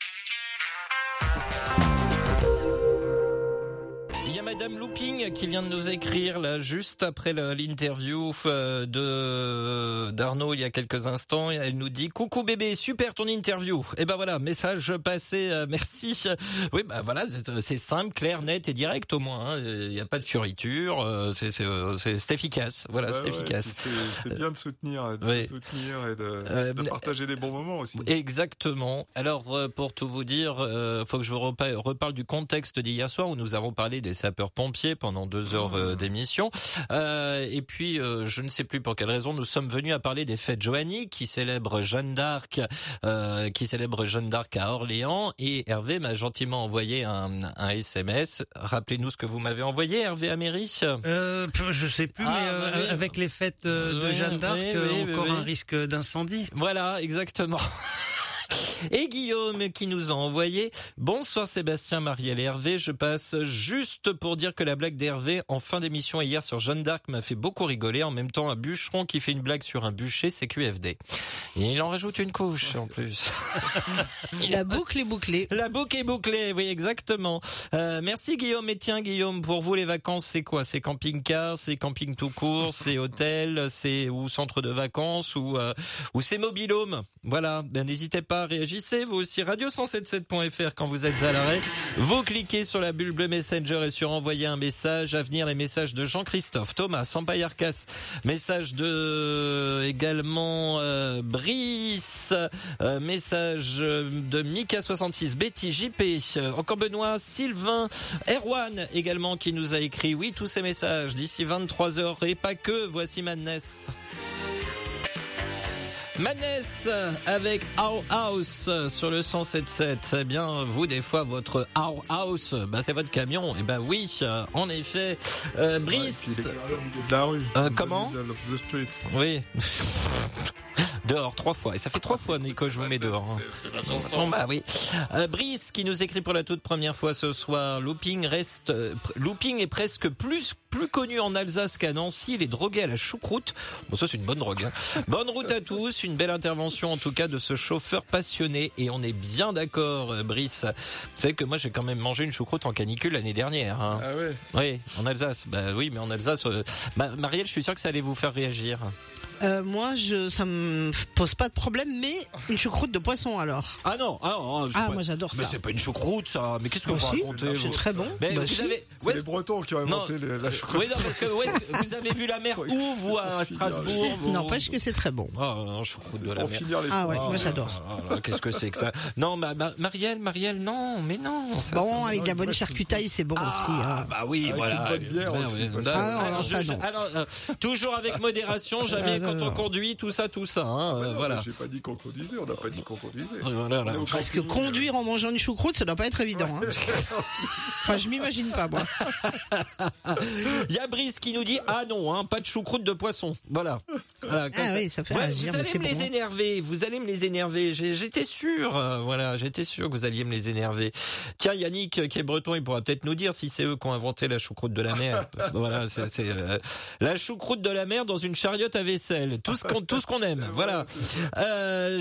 Il y a Madame Looping qui vient de nous écrire là juste après le, l'interview euh, de d'Arnaud il y a quelques instants. Et elle nous dit coucou bébé, super ton interview. Et ben voilà, message passé, euh, merci. Oui bah voilà, c'est, c'est simple, clair, net et direct au moins. Il hein. n'y a pas de fioriture, euh, c'est, c'est, c'est, c'est efficace. Voilà, Ouais, c'est ouais, efficace. c'est, c'est bien de soutenir, de Ouais. se soutenir et de, Euh, de partager des bons moments aussi. Exactement. Alors euh, pour tout vous dire, euh, faut que je vous repa- reparle du contexte d'hier soir où nous avons parlé des sapeurs-pompiers pendant deux heures euh, d'émission. Euh, et puis euh, je ne sais plus pour quelle raison nous sommes venus à parler des fêtes Joanie qui célèbrent Jeanne d'Arc, euh, qui célèbre Jeanne d'Arc à Orléans. Et Hervé m'a gentiment envoyé un, un S M S. Rappelez-nous ce que vous m'avez envoyé, Hervé Améry. Euh, je sais plus, Ah, mais euh, bah oui. avec les fêtes euh, de Oui, Jeanne d'Arc, oui, euh, oui, encore oui, un oui. risque d'incendie. Voilà, exactement. Et Guillaume qui nous a envoyé « Bonsoir Sébastien, Marielle et Hervé, je passe juste pour dire que la blague d'Hervé en fin d'émission hier sur Jeanne d'Arc m'a fait beaucoup rigoler. En même temps, un bûcheron qui fait une blague sur un bûcher, c'est Q F D. » Et il en rajoute une couche en plus. La boucle est bouclée. La boucle est bouclée, oui, exactement. Euh, merci Guillaume. Et tiens Guillaume, pour vous les vacances, c'est quoi? C'est camping-car, c'est camping tout court, c'est hôtel, c'est ou centre de vacances ou euh, ou c'est mobile-home. Voilà, ben n'hésitez pas à réagissez. Vous aussi, radio cent soixante-sept point f r quand vous êtes à l'arrêt. Vous cliquez sur la bulle bleue Messenger et sur envoyer un message. À venir les messages de Jean-Christophe, Thomas, Sampaï Arcas, message de également euh, Brice, euh, message de Mika soixante-six, Betty, J P, euh, encore Benoît, Sylvain, Erwan également qui nous a écrit. Oui, tous ces messages d'ici vingt-trois heures et pas que. Voici Madness. Madness avec Our House sur le cent sept sept. Eh bien, vous, des fois, votre Our House, bah, c'est votre camion. Eh ben oui, en effet. Euh, Brice. Ouais, et puis il est au milieu de la rue. Euh, In the comment middle of the street. Oui. Dehors, trois fois. Et ça fait trois fois, Nico, je vous mets dehors. Hein. C'est, c'est la chanson. Bon, bah oui. Euh, Brice qui nous écrit pour la toute première fois ce soir. Looping reste, euh, Looping est presque plus, plus connu en Alsace qu'à Nancy. Il est drogué à la choucroute. Bon, ça, c'est une bonne drogue, hein. Bonne route à tous. Une belle intervention, en tout cas, de ce chauffeur passionné. Et on est bien d'accord, euh, Brice. Vous savez que moi, j'ai quand même mangé une choucroute en canicule l'année dernière, hein. Ah ouais. Oui, en Alsace. Bah oui, mais en Alsace, euh, Ma- Marielle, je suis sûr que ça allait vous faire réagir. Euh, moi, je, ça me pose pas de problème, mais une choucroute de poisson alors. Ah non, ah, non, Ah, pas... moi j'adore ça. Mais c'est pas une choucroute ça. Mais qu'est-ce que Bah vous si, racontez c'est vous très bon. Mais Bah vous si. avez. C'est les Bretons qui ont inventé les, la choucroute. Oui, non, parce que où est-ce que vous avez vu la mer où, vous, à Strasbourg vous... N'empêche que c'est très bon. Ah non, choucroute de la Pour mer. finir les Ah ouais, phrases. moi j'adore. Ah, là, qu'est-ce que c'est que ça? Non, ma, ma, Marielle, Marielle, non, mais non. Ça, Bon, ça, avec de la bonne charcutaille, c'est bon ah, aussi. Hein. bah oui, Avec voilà. une bonne bière Ben, aussi, oui. parce Ben, que- Ah non, alors, non, ça, je- non. alors, euh, toujours avec modération, jamais Ah, non, quand on non. conduit, tout ça, tout ça. Hein, Ah, euh, non, voilà. mais J'ai pas dit qu'on conduisait, on n'a pas dit qu'on conduisait. Voilà, là. On est au Parce que camping, conduire en mangeant une choucroute, ça doit pas être évident. Hein. Enfin, je m'imagine pas, moi. Il y a Brice qui nous dit ah non, hein, pas de choucroute de poisson. Voilà. Voilà, comme Ah oui, ça fait Ouais, réagir, vous mais allez c'est me bon, les hein. énerver. Vous allez me les énerver. J'ai- J'étais sûr. euh, voilà, j'étais sûr que vous alliez me les énerver. Tiens, Yannick, euh, qui est breton, il pourra peut-être nous dire si c'est eux qui ont inventé la choucroute de la mer. Voilà, c'est c'est, euh, la choucroute de la mer dans une chariote à vaisselle. Tout ce qu'on tout ce qu'on aime. Voilà. Euh,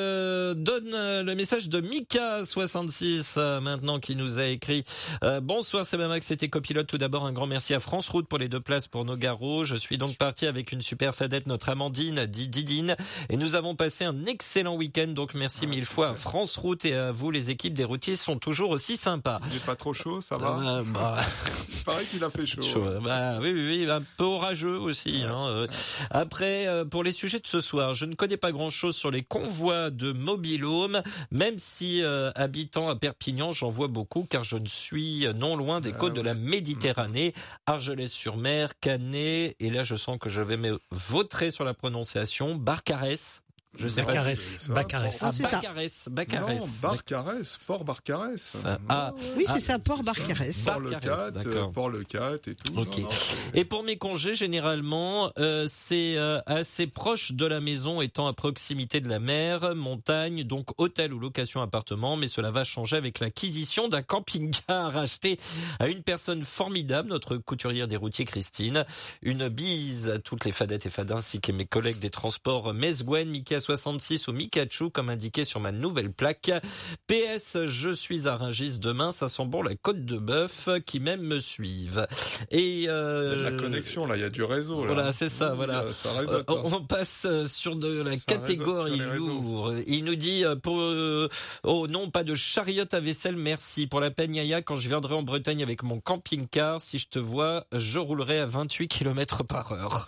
je donne euh, le message de Mika soixante-six euh, maintenant qui nous a écrit euh, bonsoir c'est Max, c'était copilote. Tout d'abord un grand merci à France Route pour les deux places pour Nogaro. Je suis donc parti avec une super fadette, notre Amandine dit Didine, et nous avons passé un excellent week-end. Donc merci mille fois à France Route et à vous. Les équipes des routiers sont toujours aussi sympas. Il n'est pas trop chaud, ça va Euh, bah, Il paraît qu'il a fait chaud. Chaud. Bah, oui, oui, oui, un peu orageux aussi. Hein. Euh, Après, euh, pour les sujets de ce soir, je ne connais pas grand-chose sur les convois de mobil-home, même si euh, habitant à Perpignan, j'en vois beaucoup, car je ne suis non loin des Ah, côtes de oui. la Méditerranée, Argelès-sur-Mer, Canet, et là je sens que je vais me vautrer sur la prononciation, Barcarès. Je sais pas. Bacarès, si- c'est ça. Bacarès. Ah, c'est ça. Bacarès, Bacarès. Non, Barcarès, Port Barcarès. Ça- ah, Oui, Ah, c'est ça, Port Barcarès. Port le Barcarès, quatre, d'accord. Port le quatre et tout. Ok. Non, non, c'est- Et pour mes congés, généralement, euh, c'est euh, assez proche de la maison, étant à proximité de la mer, montagne, donc hôtel ou location appartement. Mais cela va changer avec l'acquisition d'un camping-car acheté à une personne formidable, notre couturière des routiers Christine. Une bise à toutes les fadettes et fadins, ainsi que mes collègues des transports Mesgwen, Mika soixante-six ou Mikachu, comme indiqué sur ma nouvelle plaque. P S, je suis à Rungis demain, ça sent bon la côte de bœuf, qui même me suivent. Et euh, Il y a de la connexion, là, il y a du réseau. Là. Voilà, c'est ça, Ouh, voilà. là, Ça résonne. Euh, on passe euh, sur de la Ça catégorie résonne sur les réseaux. lourd. Il nous dit euh, pour euh, oh non, pas de chariote à vaisselle, merci. Pour la peine Yaya, quand je viendrai en Bretagne avec mon camping-car, si je te vois, je roulerai à vingt-huit kilomètres par heure.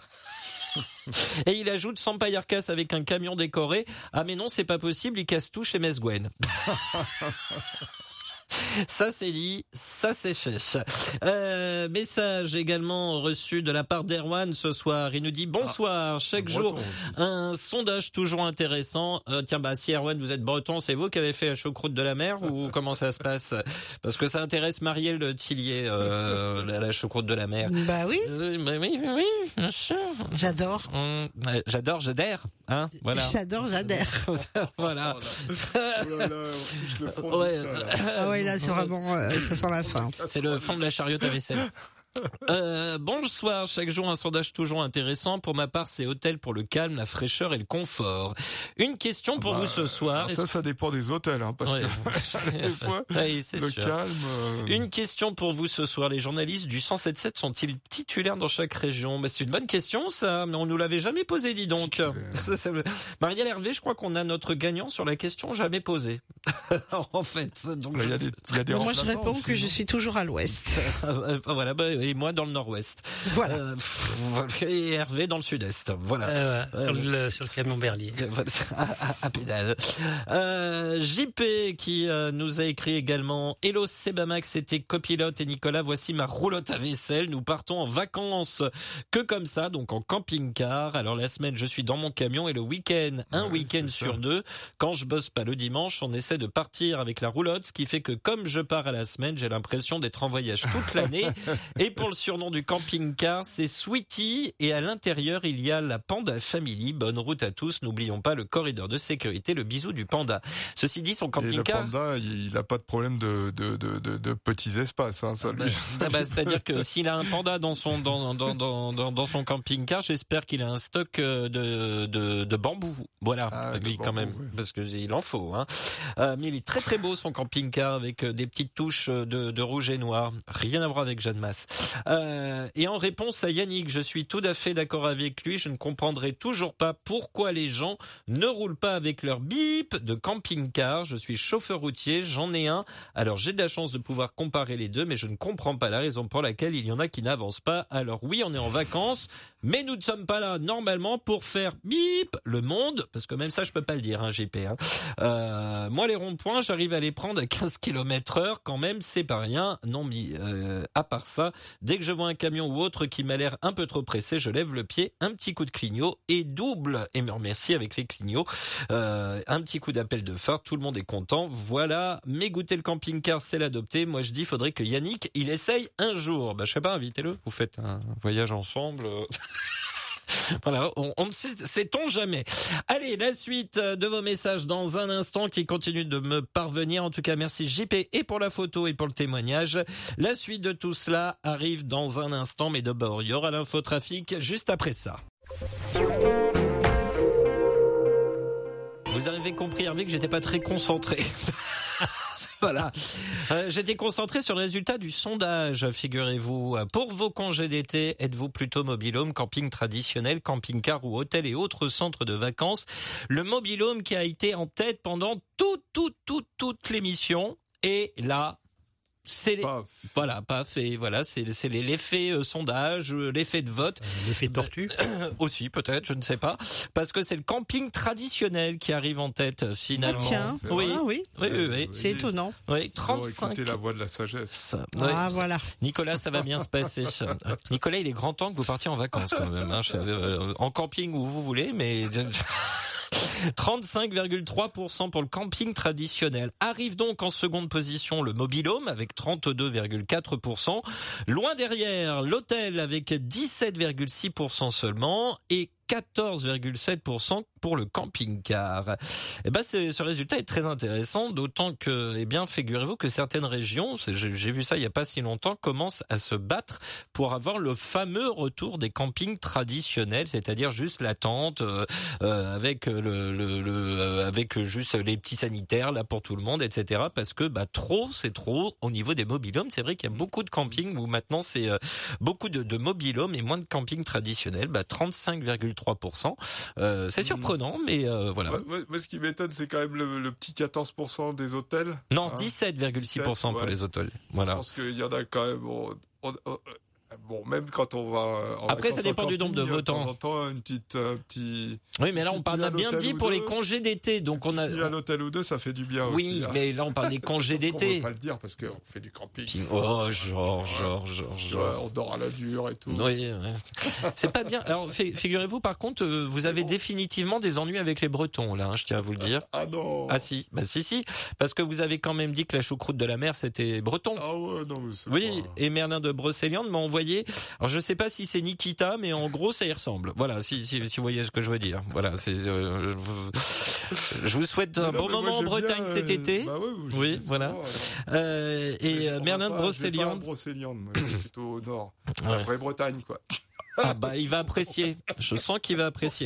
Et il ajoute sans paillarcasse avec un camion décoré. Ah mais non, c'est pas possible, il casse tout chez Mesgwen. Ça c'est dit, ça c'est fait. Euh, message également reçu de la part d'Erwan ce soir. Il nous dit bonsoir, chaque Breton jour aussi. un sondage toujours intéressant. Euh, tiens, bah si Erwan vous êtes breton, c'est vous qui avez fait la choucroute de la mer ou comment ça se passe? Parce que ça intéresse Marielle Tillier, euh, la, la choucroute de la mer. Bah oui, Euh, bah oui, oui, oui, bien sûr. j'adore. Hum, ouais, j'adore, j'adhère, hein, voilà. J'adore, j'adhère. Voilà. Oh là là, on touche le fond Ouais. du plat, là. Ah ouais, là, c'est vraiment, euh, ça sent la fin. C'est le fond de la chariote à vaisselle. Euh, bonsoir, chaque jour un sondage toujours intéressant. Pour ma part, c'est hôtel pour le calme, la fraîcheur et le confort. Une question pour Bah, vous ce soir. alors ça, ça dépend des hôtels, hein, parce Ouais. que des fois, Oui, c'est le sûr. calme. euh, Une question pour vous ce soir. Les journalistes du cent sept sept sont-ils titulaires dans chaque région? Bah, c'est une bonne question, ça. Mais on nous l'avait jamais posé, dis donc. Ça, c'est le- Marielle Hervé, je crois qu'on a notre gagnant sur la question jamais posée. En fait. Donc, Il y a je- des, il y a des Moi, je remplaçants réponds aussi, que je non suis toujours à l'ouest. Euh, voilà, bah, et moi dans le nord-ouest. Voilà. Euh, pff, et Hervé dans le sud-est. Voilà. Euh, ouais, sur, Ouais. le, sur le camion Berlier. à, à- à pédale. Euh, J P qui euh, nous a écrit également Hello Sebamax, c'était copilote et Nicolas, voici ma roulotte à vaisselle. Nous partons en vacances que comme ça, donc en camping-car. Alors la semaine je suis dans mon camion et le week-end, un Ouais, week-end c'est sur ça. deux, quand je bosse pas le dimanche, on essaie de partir avec la roulotte, ce qui fait que comme je pars à la semaine, j'ai l'impression d'être en voyage toute l'année. Et pour le surnom du camping-car, c'est Sweetie, et à l'intérieur, il y a la Panda Family. Bonne route à tous, n'oublions pas le corridor de sécurité, le bisou du panda. Ceci dit, son Et le camping-car... panda, il n'a pas de problème de, de, de, de, de petits espaces, hein, ça Bah, lui. ah bah, c'est-à-dire que s'il a un panda dans son dans dans dans dans, dans son camping-car, j'espère qu'il a un stock euh, de de, de bambou. Voilà, Ah, de lui quand bambou, même, oui. parce que il en faut. Hein. Euh, mais il est très très beau son camping-car avec euh, des petites touches de de rouge et noir. Rien à voir avec Jeanne Masse. Euh, et en réponse à Yannick, je suis tout à fait d'accord avec lui. Je ne comprendrai toujours pas pourquoi les gens ne roulent pas avec leur bip de camping-car. Je suis chauffeur routier, j'en ai un. Alors j'ai de la chance de pouvoir comparer les deux, mais je ne comprends pas la raison pour laquelle il y en a qui n'avancent pas. Alors oui, on est en vacances, mais nous ne sommes pas là normalement pour faire bip le monde, parce que même ça je peux pas le dire, hein, J P. Hein. Euh, moi les ronds-points, j'arrive à les prendre à quinze kilomètres heure quand même, c'est pas rien. Non, mais euh, à part ça, dès que je vois un camion ou autre qui m'a l'air un peu trop pressé, je lève le pied, un petit coup de clignot et double et me remercie avec les clignots. Euh, un petit coup d'appel de phare, tout le monde est content. Voilà, mais goûter le camping-car, c'est l'adopter. Moi je dis, faudrait que Yannick, il essaye un jour. Bah je sais pas, invitez-le. Vous faites un voyage ensemble. Voilà, on, on ne sait, sait-on jamais. Allez, la suite de vos messages dans un instant qui continue de me parvenir. En tout cas, merci J P et pour la photo et pour le témoignage. La suite de tout cela arrive dans un instant, mais d'abord, il y aura l'infotrafic juste après ça. Vous avez compris, Hervé, que j'étais pas très concentré. Voilà. Euh, j'étais concentré sur le résultat du sondage, figurez-vous. Pour vos congés d'été, êtes-vous plutôt mobil-home, camping traditionnel, camping-car ou hôtel et autres centres de vacances? Le mobil-home qui a été en tête pendant toute, toute, toute, toute l'émission. Et là, c'est les... voilà, paf, et voilà, c'est c'est l'effet euh, sondage, l'effet de vote, euh, l'effet tortue aussi peut-être, je ne sais pas, parce que c'est le camping traditionnel qui arrive en tête finalement. Ah tiens, oui. Ah, oui, oui, oui, oui, c'est étonnant. Oui, trente-cinq. Écoutez la voix de la sagesse. Ouais. Ah voilà. Nicolas, ça va bien se passer. Nicolas, il est grand temps que vous partiez en vacances quand même, hein, en camping où vous voulez, mais. trente-cinq virgule trois pour cent pour le camping traditionnel. Arrive donc en seconde position le mobil-home avec trente-deux virgule quatre pour cent. Loin derrière, l'hôtel avec dix-sept virgule six pour cent seulement et quatorze virgule sept pour cent pour le camping-car. Eh ben, c'est, ce résultat est très intéressant, d'autant que, eh bien, figurez-vous que certaines régions, j'ai, j'ai vu ça il y a pas si longtemps, commencent à se battre pour avoir le fameux retour des campings traditionnels, c'est-à-dire juste la tente, euh, euh, avec le, le, le euh, avec juste les petits sanitaires là pour tout le monde, et cetera. Parce que, bah, trop, c'est trop au niveau des mobil-homes. C'est vrai qu'il y a beaucoup de campings où maintenant c'est euh, beaucoup de, de mobil-homes et moins de campings traditionnels. Bah, trente-cinq virgule trois pour cent. Euh, c'est surprenant. Non, mais euh, voilà. Moi, moi, ce qui m'étonne, c'est quand même le, le petit quatorze pour cent des hôtels. Non, hein, dix-sept virgule six pour cent pour ouais. les hôtels. Voilà. Je pense qu'il y en a quand même. Bon, on, on, bon même quand on va. En Après, ça dépend camping, du nombre de votants. De temps en temps, une petite, un petit. Oui, mais là, on parle, on a bien dit pour deux, les congés d'été, donc on a. Il y a l'hôtel ou deux, ça fait du bien oui, aussi. Oui, mais là, on parle des congés d'été. On ne peut pas le dire parce qu'on fait du camping. Oh, genre, genre, genre, genre. On dort à la dure et tout. Oui, ouais. C'est pas bien. Alors, figurez-vous, par contre, vous avez définitivement des ennuis avec les Bretons, là, hein, je tiens à vous le dire. Ah non. Ah si, bah si, si. Parce que vous avez quand même dit que la choucroute de la mer, c'était breton. Ah ouais, non, mais c'est oui, pas... et Merlin de Brocéliande m'a envoyé. Alors, je sais pas si c'est Nikita, mais en gros, ça y ressemble. Voilà, si, si, si vous voyez ce que je veux dire. Voilà, c'est, euh, je, vous, je vous souhaite un non, bon moment en Bretagne bien, cet été. Bah ouais, oui, voilà. Bon, euh, et euh, Merlin de Brocéliande. Brocéliande, moi, je suis plutôt au nord. Ouais. La vraie Bretagne, quoi. Ah bah il va apprécier. Je sens qu'il va apprécier.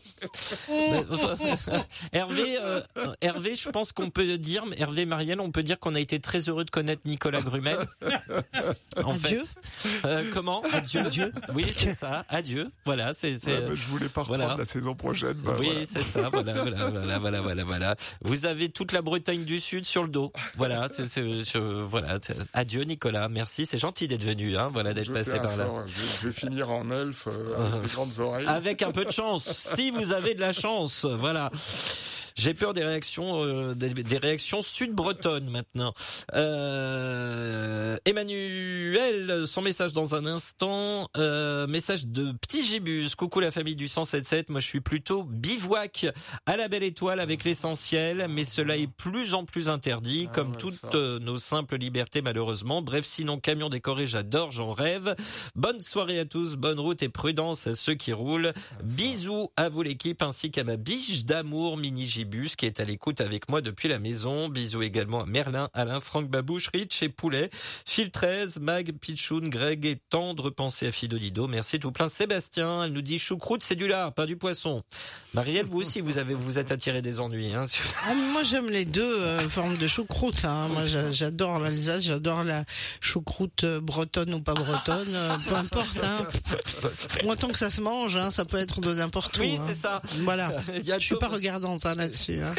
Hervé, euh, Hervé, je pense qu'on peut dire, Hervé, Marielle, on peut dire qu'on a été très heureux de connaître Nicolas Grumel. En adieu. fait, euh, comment Adieu. Adieu. Oui, c'est ça. Adieu. Voilà, c'est. c'est ouais, je voulais pas reprendre voilà. la saison prochaine. Bah, oui, voilà. c'est ça. Voilà, voilà, voilà, voilà, voilà, voilà. Vous avez toute la Bretagne du Sud sur le dos. Voilà, c'est, c'est, c'est, voilà. Adieu, Nicolas. Merci, c'est gentil d'être venu. Hein, voilà, d'être je passé par là. Sort, je, je vais finir en elfe euh, avec des grandes oreilles. Avec un peu de chance, si vous avez de la chance, voilà. J'ai peur des réactions, euh, des, des réactions sud-bretonnes maintenant. Euh, Emmanuel, son message dans un instant. Euh, message de Petit Gibus. Coucou la famille du cent sept sept. Moi, je suis plutôt bivouac à la belle étoile avec l'essentiel, mais cela est plus en plus interdit, ah, comme ouais, toutes euh, nos simples libertés malheureusement. Bref, sinon camion décoré, j'adore, j'en rêve. Bonne soirée à tous, bonne route et prudence à ceux qui roulent. Ah, Bisous à vous l'équipe ainsi qu'à ma biche d'amour mini Gibus. Gibus qui est à l'écoute avec moi depuis la maison. Bisous également à Merlin, Alain, Franck Babouche, Rich et Poulet, Phil treize, Mag, Pichoun, Greg et tendre pensée à Fidolido. Merci tout plein. Sébastien, elle nous dit choucroute, c'est du lard, pas du poisson. Marielle, vous aussi, vous avez, vous êtes attiré des ennuis, hein. Ah, moi, j'aime les deux euh, formes de choucroute, hein. Moi, j'adore l'Alsace, j'adore la choucroute bretonne ou pas bretonne, euh, peu importe, hein. Moi, tant que ça se mange, hein, ça peut être de n'importe où. Oui, hein. c'est ça. Voilà. Je suis pas regardante hein, là-dessus. Hein.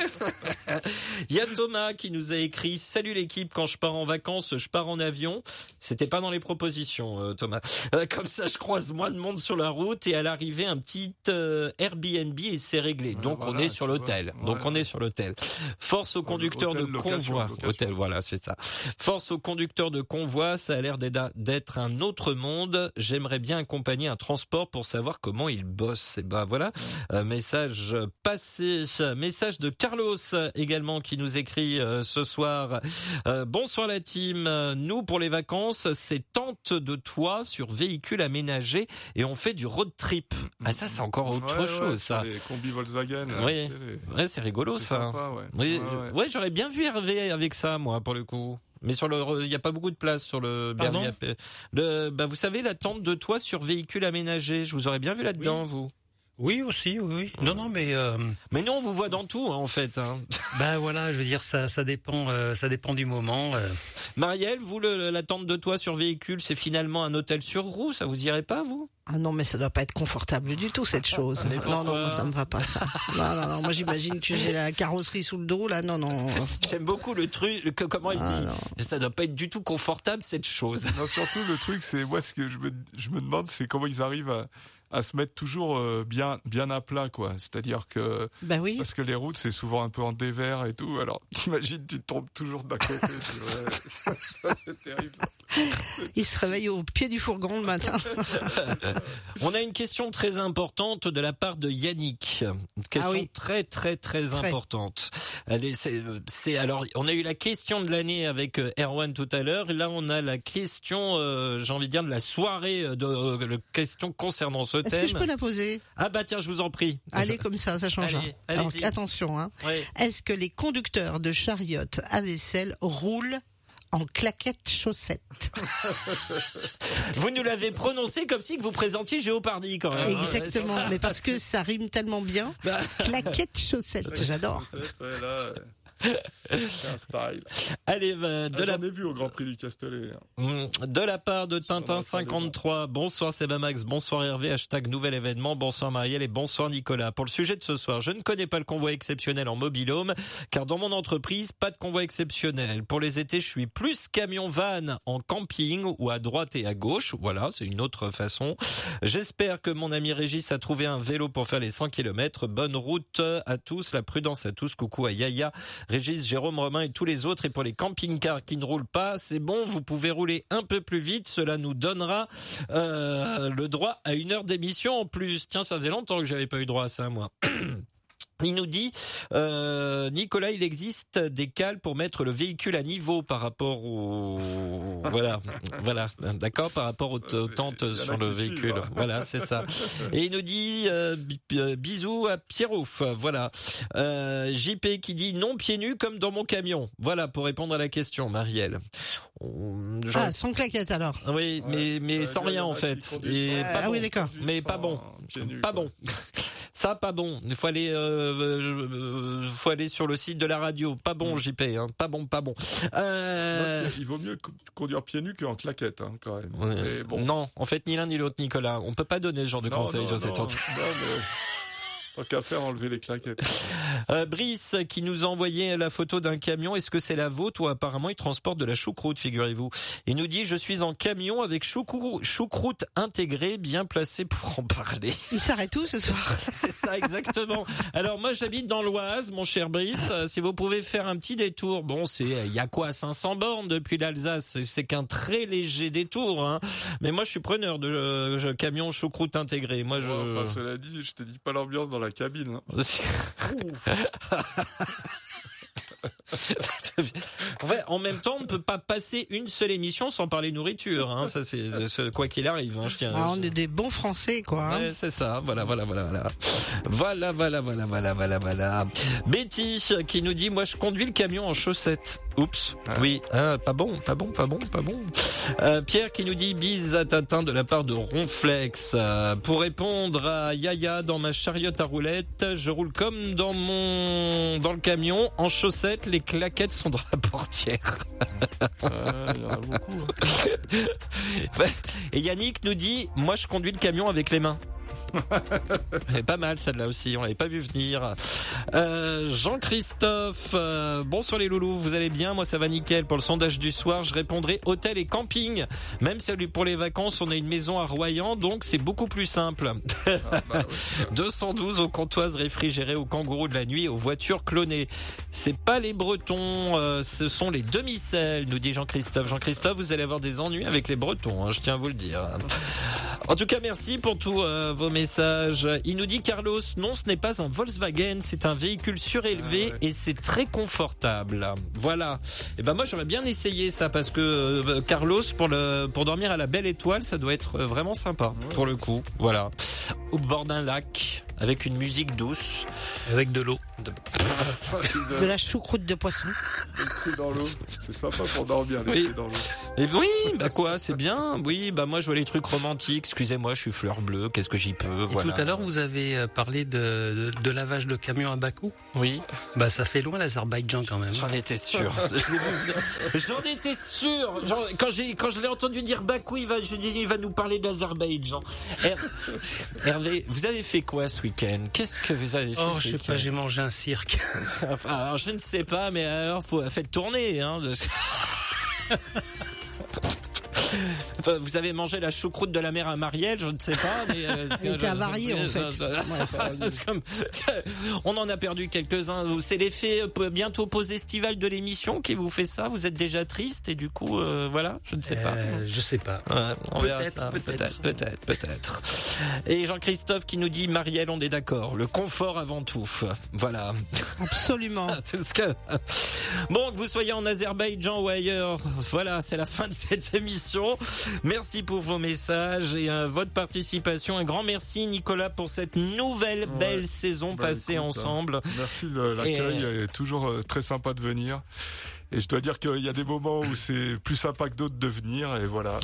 Il y a Thomas qui nous a écrit: salut l'équipe, quand je pars en vacances, je pars en avion. C'était pas dans les propositions, euh, Thomas. Euh, comme ça, je croise moins de monde sur la route et à l'arrivée, un petit euh, Airbnb et c'est réglé. Ouais, Donc voilà, on est sur l'hôtel. Ouais. Donc on est sur l'hôtel. Force au conducteur hôtel, de location, convoi. Location. Hôtel, voilà, c'est ça. Force au conducteur de convoi. Ça a l'air d'être un autre monde. J'aimerais bien accompagner un transport pour savoir comment il bosse. Et ben voilà. Ouais. Euh, message passé. Message de Carlos également qui nous écrit euh, ce soir. Euh, bonsoir la team. Nous pour les vacances, c'est tente de toit sur véhicule aménagé et on fait du road trip. Ah ça c'est encore autre ouais, chose ouais, ça. Les combis Volkswagen. Oui. Les... Ouais, c'est rigolo ça. Sympa, ouais. Oui, ouais, ouais. ouais, j'aurais bien vu Hervé avec ça moi pour le coup. Mais sur le, il y a pas beaucoup de place sur le Bernier. Le, bah vous savez la tente de toit sur véhicule aménagé. Je vous aurais bien vu là-dedans oui. vous. Oui aussi, oui, oui. Non, non, mais euh... mais non, on vous voit dans tout hein, en fait. Hein. Ben voilà, je veux dire, ça, ça dépend, euh, ça dépend du moment. Euh... Marielle, vous, le, la tente de toit sur véhicule, c'est finalement un hôtel sur roue, ça vous irait pas, vous? Ah non, mais ça doit pas être confortable du tout cette chose. Non, non, moi, ça me va pas ça. Non, non, non. Moi, j'imagine que j'ai la carrosserie sous le dos là. Non, non. J'aime beaucoup le truc. Le, comment il ah, dit non. Ça doit pas être du tout confortable cette chose. Non, surtout le truc, c'est moi ce que je me, je me demande, c'est comment ils arrivent à à se mettre toujours euh, bien bien à plat quoi, c'est-à-dire que bah oui. parce que les routes c'est souvent un peu en dévers et tout, alors t'imagines tu tombes toujours d'un côté. Ouais. Ça, c'est terrible. Il se réveille au pied du fourgon le matin. On a une question très importante de la part de Yannick. Une question ah oui. très très très, très. importante. Allez, c'est, c'est alors on a eu la question de l'année avec Erwan tout à l'heure. Et là on a la question, euh, j'ai envie de dire de la soirée de euh, la question concernant ce Est-ce thème. Est-ce que je peux la poser? Ah bah tiens, je vous en prie. Allez comme ça, ça change. Allez, Alors, attention. Hein. Oui. Est-ce que les conducteurs de chariots à vaisselle roulent en claquettes chaussettes? Vous nous l'avez prononcé comme si que vous présentiez Géopardy quand même. Exactement, mais parce que ça rime tellement bien. Bah. Claquettes chaussettes, j'adore. Ouais, là, c'est un style. Allez, euh, de ah, la... j'en ai vu au Grand Prix du Castellet. De la part de Tintin cinquante-trois, bonsoir Sebamax, bonsoir Hervé, hashtag nouvel événement, bonsoir Marielle et bonsoir Nicolas. Pour le sujet de ce soir, je ne connais pas le convoi exceptionnel en mobil-home, car dans mon entreprise, pas de convoi exceptionnel. Pour les étés, je suis plus camion van en camping ou à droite et à gauche. Voilà, c'est une autre façon. J'espère que mon ami Régis a trouvé un vélo pour faire les cent kilomètres. Bonne route à tous, la prudence à tous. Coucou à Yaya, Régis, Jérôme, Romain et tous les autres. Et pour les camping-cars qui ne roulent pas, c'est bon, vous pouvez rouler un peu plus vite. Cela nous donnera euh, le droit à une heure d'émission en plus. Tiens, ça faisait longtemps que j'avais pas eu droit à ça, moi. Il nous dit, euh, Nicolas, il existe des cales pour mettre le véhicule à niveau par rapport au, voilà, voilà, d'accord, par rapport aux, aux tentes sur le véhicule. Suivent. Voilà, c'est ça. Et il nous dit, euh, bisous à Pierrouf. Voilà. Euh, J P qui dit non pieds nus comme dans mon camion. Voilà, pour répondre à la question, Marielle. Genre... Ah, sans claquette alors. Oui, ouais, mais, mais sans rien en fait. Et ah, pas bon. Ah oui, d'accord. Mais pas bon. Nus, pas quoi. Bon. Ça, pas bon. Il faut aller, euh, euh, faut aller sur le site de la radio. Pas bon, mmh. J P. Hein. Pas bon, pas bon. Euh... Non, il vaut mieux conduire pieds nus qu'en claquette, hein, quand même. Ouais. Mais bon. Non, en fait, ni l'un ni l'autre, Nicolas. On peut pas donner ce genre de non, conseils, non, José. Non, non, mais... Tant qu'à faire, enlever les claquettes. Euh, Brice, qui nous a envoyé la photo d'un camion. Est-ce que c'est la vôtre ou apparemment il transporte de la choucroute, figurez-vous. Il nous dit, je suis en camion avec choucrou- choucroute intégrée, bien placée pour en parler. Il s'arrête où ce soir? C'est ça, exactement. Alors moi, j'habite dans l'Oise, mon cher Brice. Si vous pouvez faire un petit détour. Bon, c'est, il y a quoi, cinq cents bornes depuis l'Alsace. C'est qu'un très léger détour, hein. Mais moi, je suis preneur de euh, camion choucroute intégrée. Moi, je... Ouais, enfin, cela dit, je te dis pas l'ambiance dans la cabine. Hein. En fait, en même temps, on ne peut pas passer une seule émission sans parler nourriture. Hein. Ça, c'est, c'est quoi qu'il arrive. Hein, je tiens. Ah, on est des bons Français, quoi. Hein. Ouais, c'est ça. Voilà, voilà, voilà, voilà. Voilà, voilà, voilà, voilà, voilà, voilà. Betty qui nous dit, moi, je conduis le camion en chaussettes. Oups. Ah. Oui. Ah, pas bon, pas bon, pas bon, pas bon. Euh, Pierre qui nous dit, bise à Tintin de la part de Ronflex. Euh, pour répondre à Yaya, dans ma chariote à roulettes, je roule comme dans mon, dans le camion, en chaussettes, les claquettes sont dans la portière. Il euh, y en a beaucoup. Hein. Et Yannick nous dit, moi je conduis le camion avec les mains. Elle est pas mal celle-là aussi, on l'avait pas vu venir. Euh, Jean-Christophe, euh, bonsoir les loulous, vous allez bien? Moi ça va nickel. Pour le sondage du soir, je répondrai hôtel et camping. Même si pour les vacances, on a une maison à Royan, donc c'est beaucoup plus simple. Ah, bah oui. deux cent douze aux comptoises réfrigérées, aux kangourous de la nuit, aux voitures clonées. C'est pas les Bretons, euh, ce sont les demi-sels, nous dit Jean-Christophe. Jean-Christophe, vous allez avoir des ennuis avec les Bretons, hein, je tiens à vous le dire. En tout cas, merci pour tous euh, vos messages. Il nous dit Carlos, non, ce n'est pas un Volkswagen, c'est un véhicule surélevé ah ouais. et c'est très confortable. Voilà. Et ben moi j'aurais bien essayé ça parce que euh, Carlos pour le pour dormir à la Belle Étoile, ça doit être vraiment sympa ouais. pour le coup. Voilà. Au bord d'un lac avec une musique douce, avec de l'eau. De, de la choucroute de poisson. Dans l'eau. C'est sympa pour dormir, les oui. dans l'eau. Et oui, bah quoi, c'est bien. Oui, bah moi je vois les trucs romantiques. Excusez-moi, je suis fleur bleue. Qu'est-ce que j'y peux? Et voilà. Tout à l'heure, vous avez parlé de, de, de lavage de camion à Bakou. Oui. Bah ça fait loin l'Azerbaïdjan quand même. J'en étais sûr. J'en étais sûr. Genre, quand j'ai quand je l'ai entendu dire Bakou, il va, je dis il va nous parler de l'Azerbaïdjan. Her... Hervé, vous avez fait quoi ce week-end? Qu'est-ce que vous avez fait? Oh, je sais pas, j'ai mangé un cirque. Enfin, alors, je ne sais pas, mais alors faut faites tourner, hein. De... Enfin, vous avez mangé la choucroute de la mer à Marielle, je ne sais pas, mais euh, c'est à varier en fait. Comme, on en a perdu quelques-uns. C'est l'effet bientôt pause estivale de l'émission qui vous fait ça. Vous êtes déjà triste et du coup, euh, voilà, je ne sais pas. Euh, je sais pas. Ouais, on peut-être, verra ça. peut-être, peut-être, peut-être, peut-être. Et Jean-Christophe qui nous dit Marielle, on est d'accord. Le confort avant tout. Voilà. Absolument. Tout ce que... Bon, que vous soyez en Azerbaïdjan ou ailleurs, voilà, c'est la fin de cette émission. Merci pour vos messages et euh, votre participation. Un grand merci Nicolas pour cette nouvelle ouais. belle saison bah, passée écoute, ensemble. Merci de l'accueil, et... est toujours euh, très sympa de venir. Et je dois dire qu'il y a des moments où c'est plus sympa que d'autres de venir et voilà.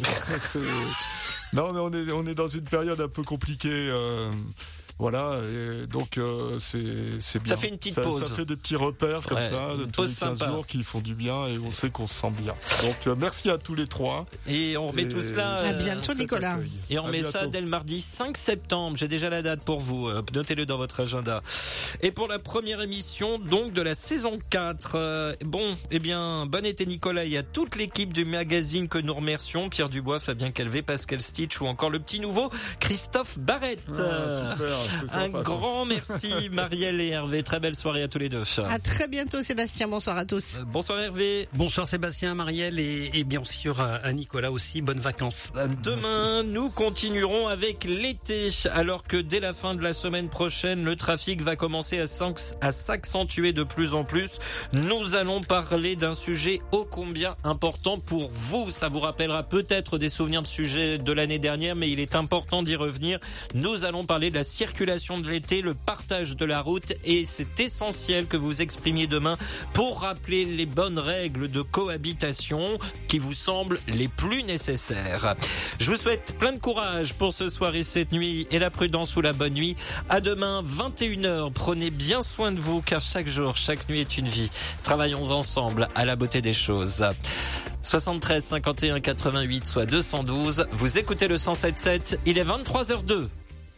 Non mais on est on est dans une période un peu compliquée. Euh... Voilà, et donc euh, c'est c'est bien. Ça fait une petite ça, pause. Ça fait des petits repères comme ouais, ça, de tous les quinze sympa. jours qui font du bien et on sait qu'on se sent bien. Donc euh, merci à tous les trois. Et on remet et tout cela. À bientôt Nicolas. Et on met ça dès le mardi cinq septembre. J'ai déjà la date pour vous. Notez-le dans votre agenda. Et pour la première émission donc de la saison quatre. Euh, bon, eh bien, bon été Nicolas et à toute l'équipe du magazine que nous remercions. Pierre Dubois, Fabien Calvé, Pascal Stitch ou encore le petit nouveau Christophe Barrette. Ah, super. Un sympa, grand ça. Merci Marielle et Hervé. Très belle soirée à tous les deux. À très bientôt Sébastien. Bonsoir à tous. Euh, bonsoir Hervé. Bonsoir Sébastien, Marielle et, et bien sûr à Nicolas aussi. Bonnes vacances. Demain, nous continuerons avec l'été. Alors que dès la fin de la semaine prochaine, le trafic va commencer à s'accentuer de plus en plus. Nous allons parler d'un sujet ô combien important pour vous. Ça vous rappellera peut-être des souvenirs de sujets de l'année dernière, mais il est important d'y revenir. Nous allons parler de la circulation de l'été, le partage de la route et c'est essentiel que vous exprimiez demain pour rappeler les bonnes règles de cohabitation qui vous semblent les plus nécessaires. Je vous souhaite plein de courage pour ce soir et cette nuit et la prudence ou la bonne nuit. À demain, vingt et une heures. Prenez bien soin de vous car chaque jour, chaque nuit est une vie. Travaillons ensemble à la beauté des choses. soixante-treize cinquante et un quatre-vingt-huit soit deux cent douze. Vous écoutez le cent sept sept. Il est vingt-trois heures deux.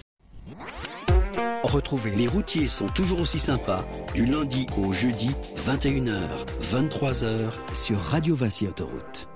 Retrouvez Les Routiers sont toujours aussi sympas du lundi au jeudi, vingt et une heures, vingt-trois heures sur Radio Vinci Autoroute.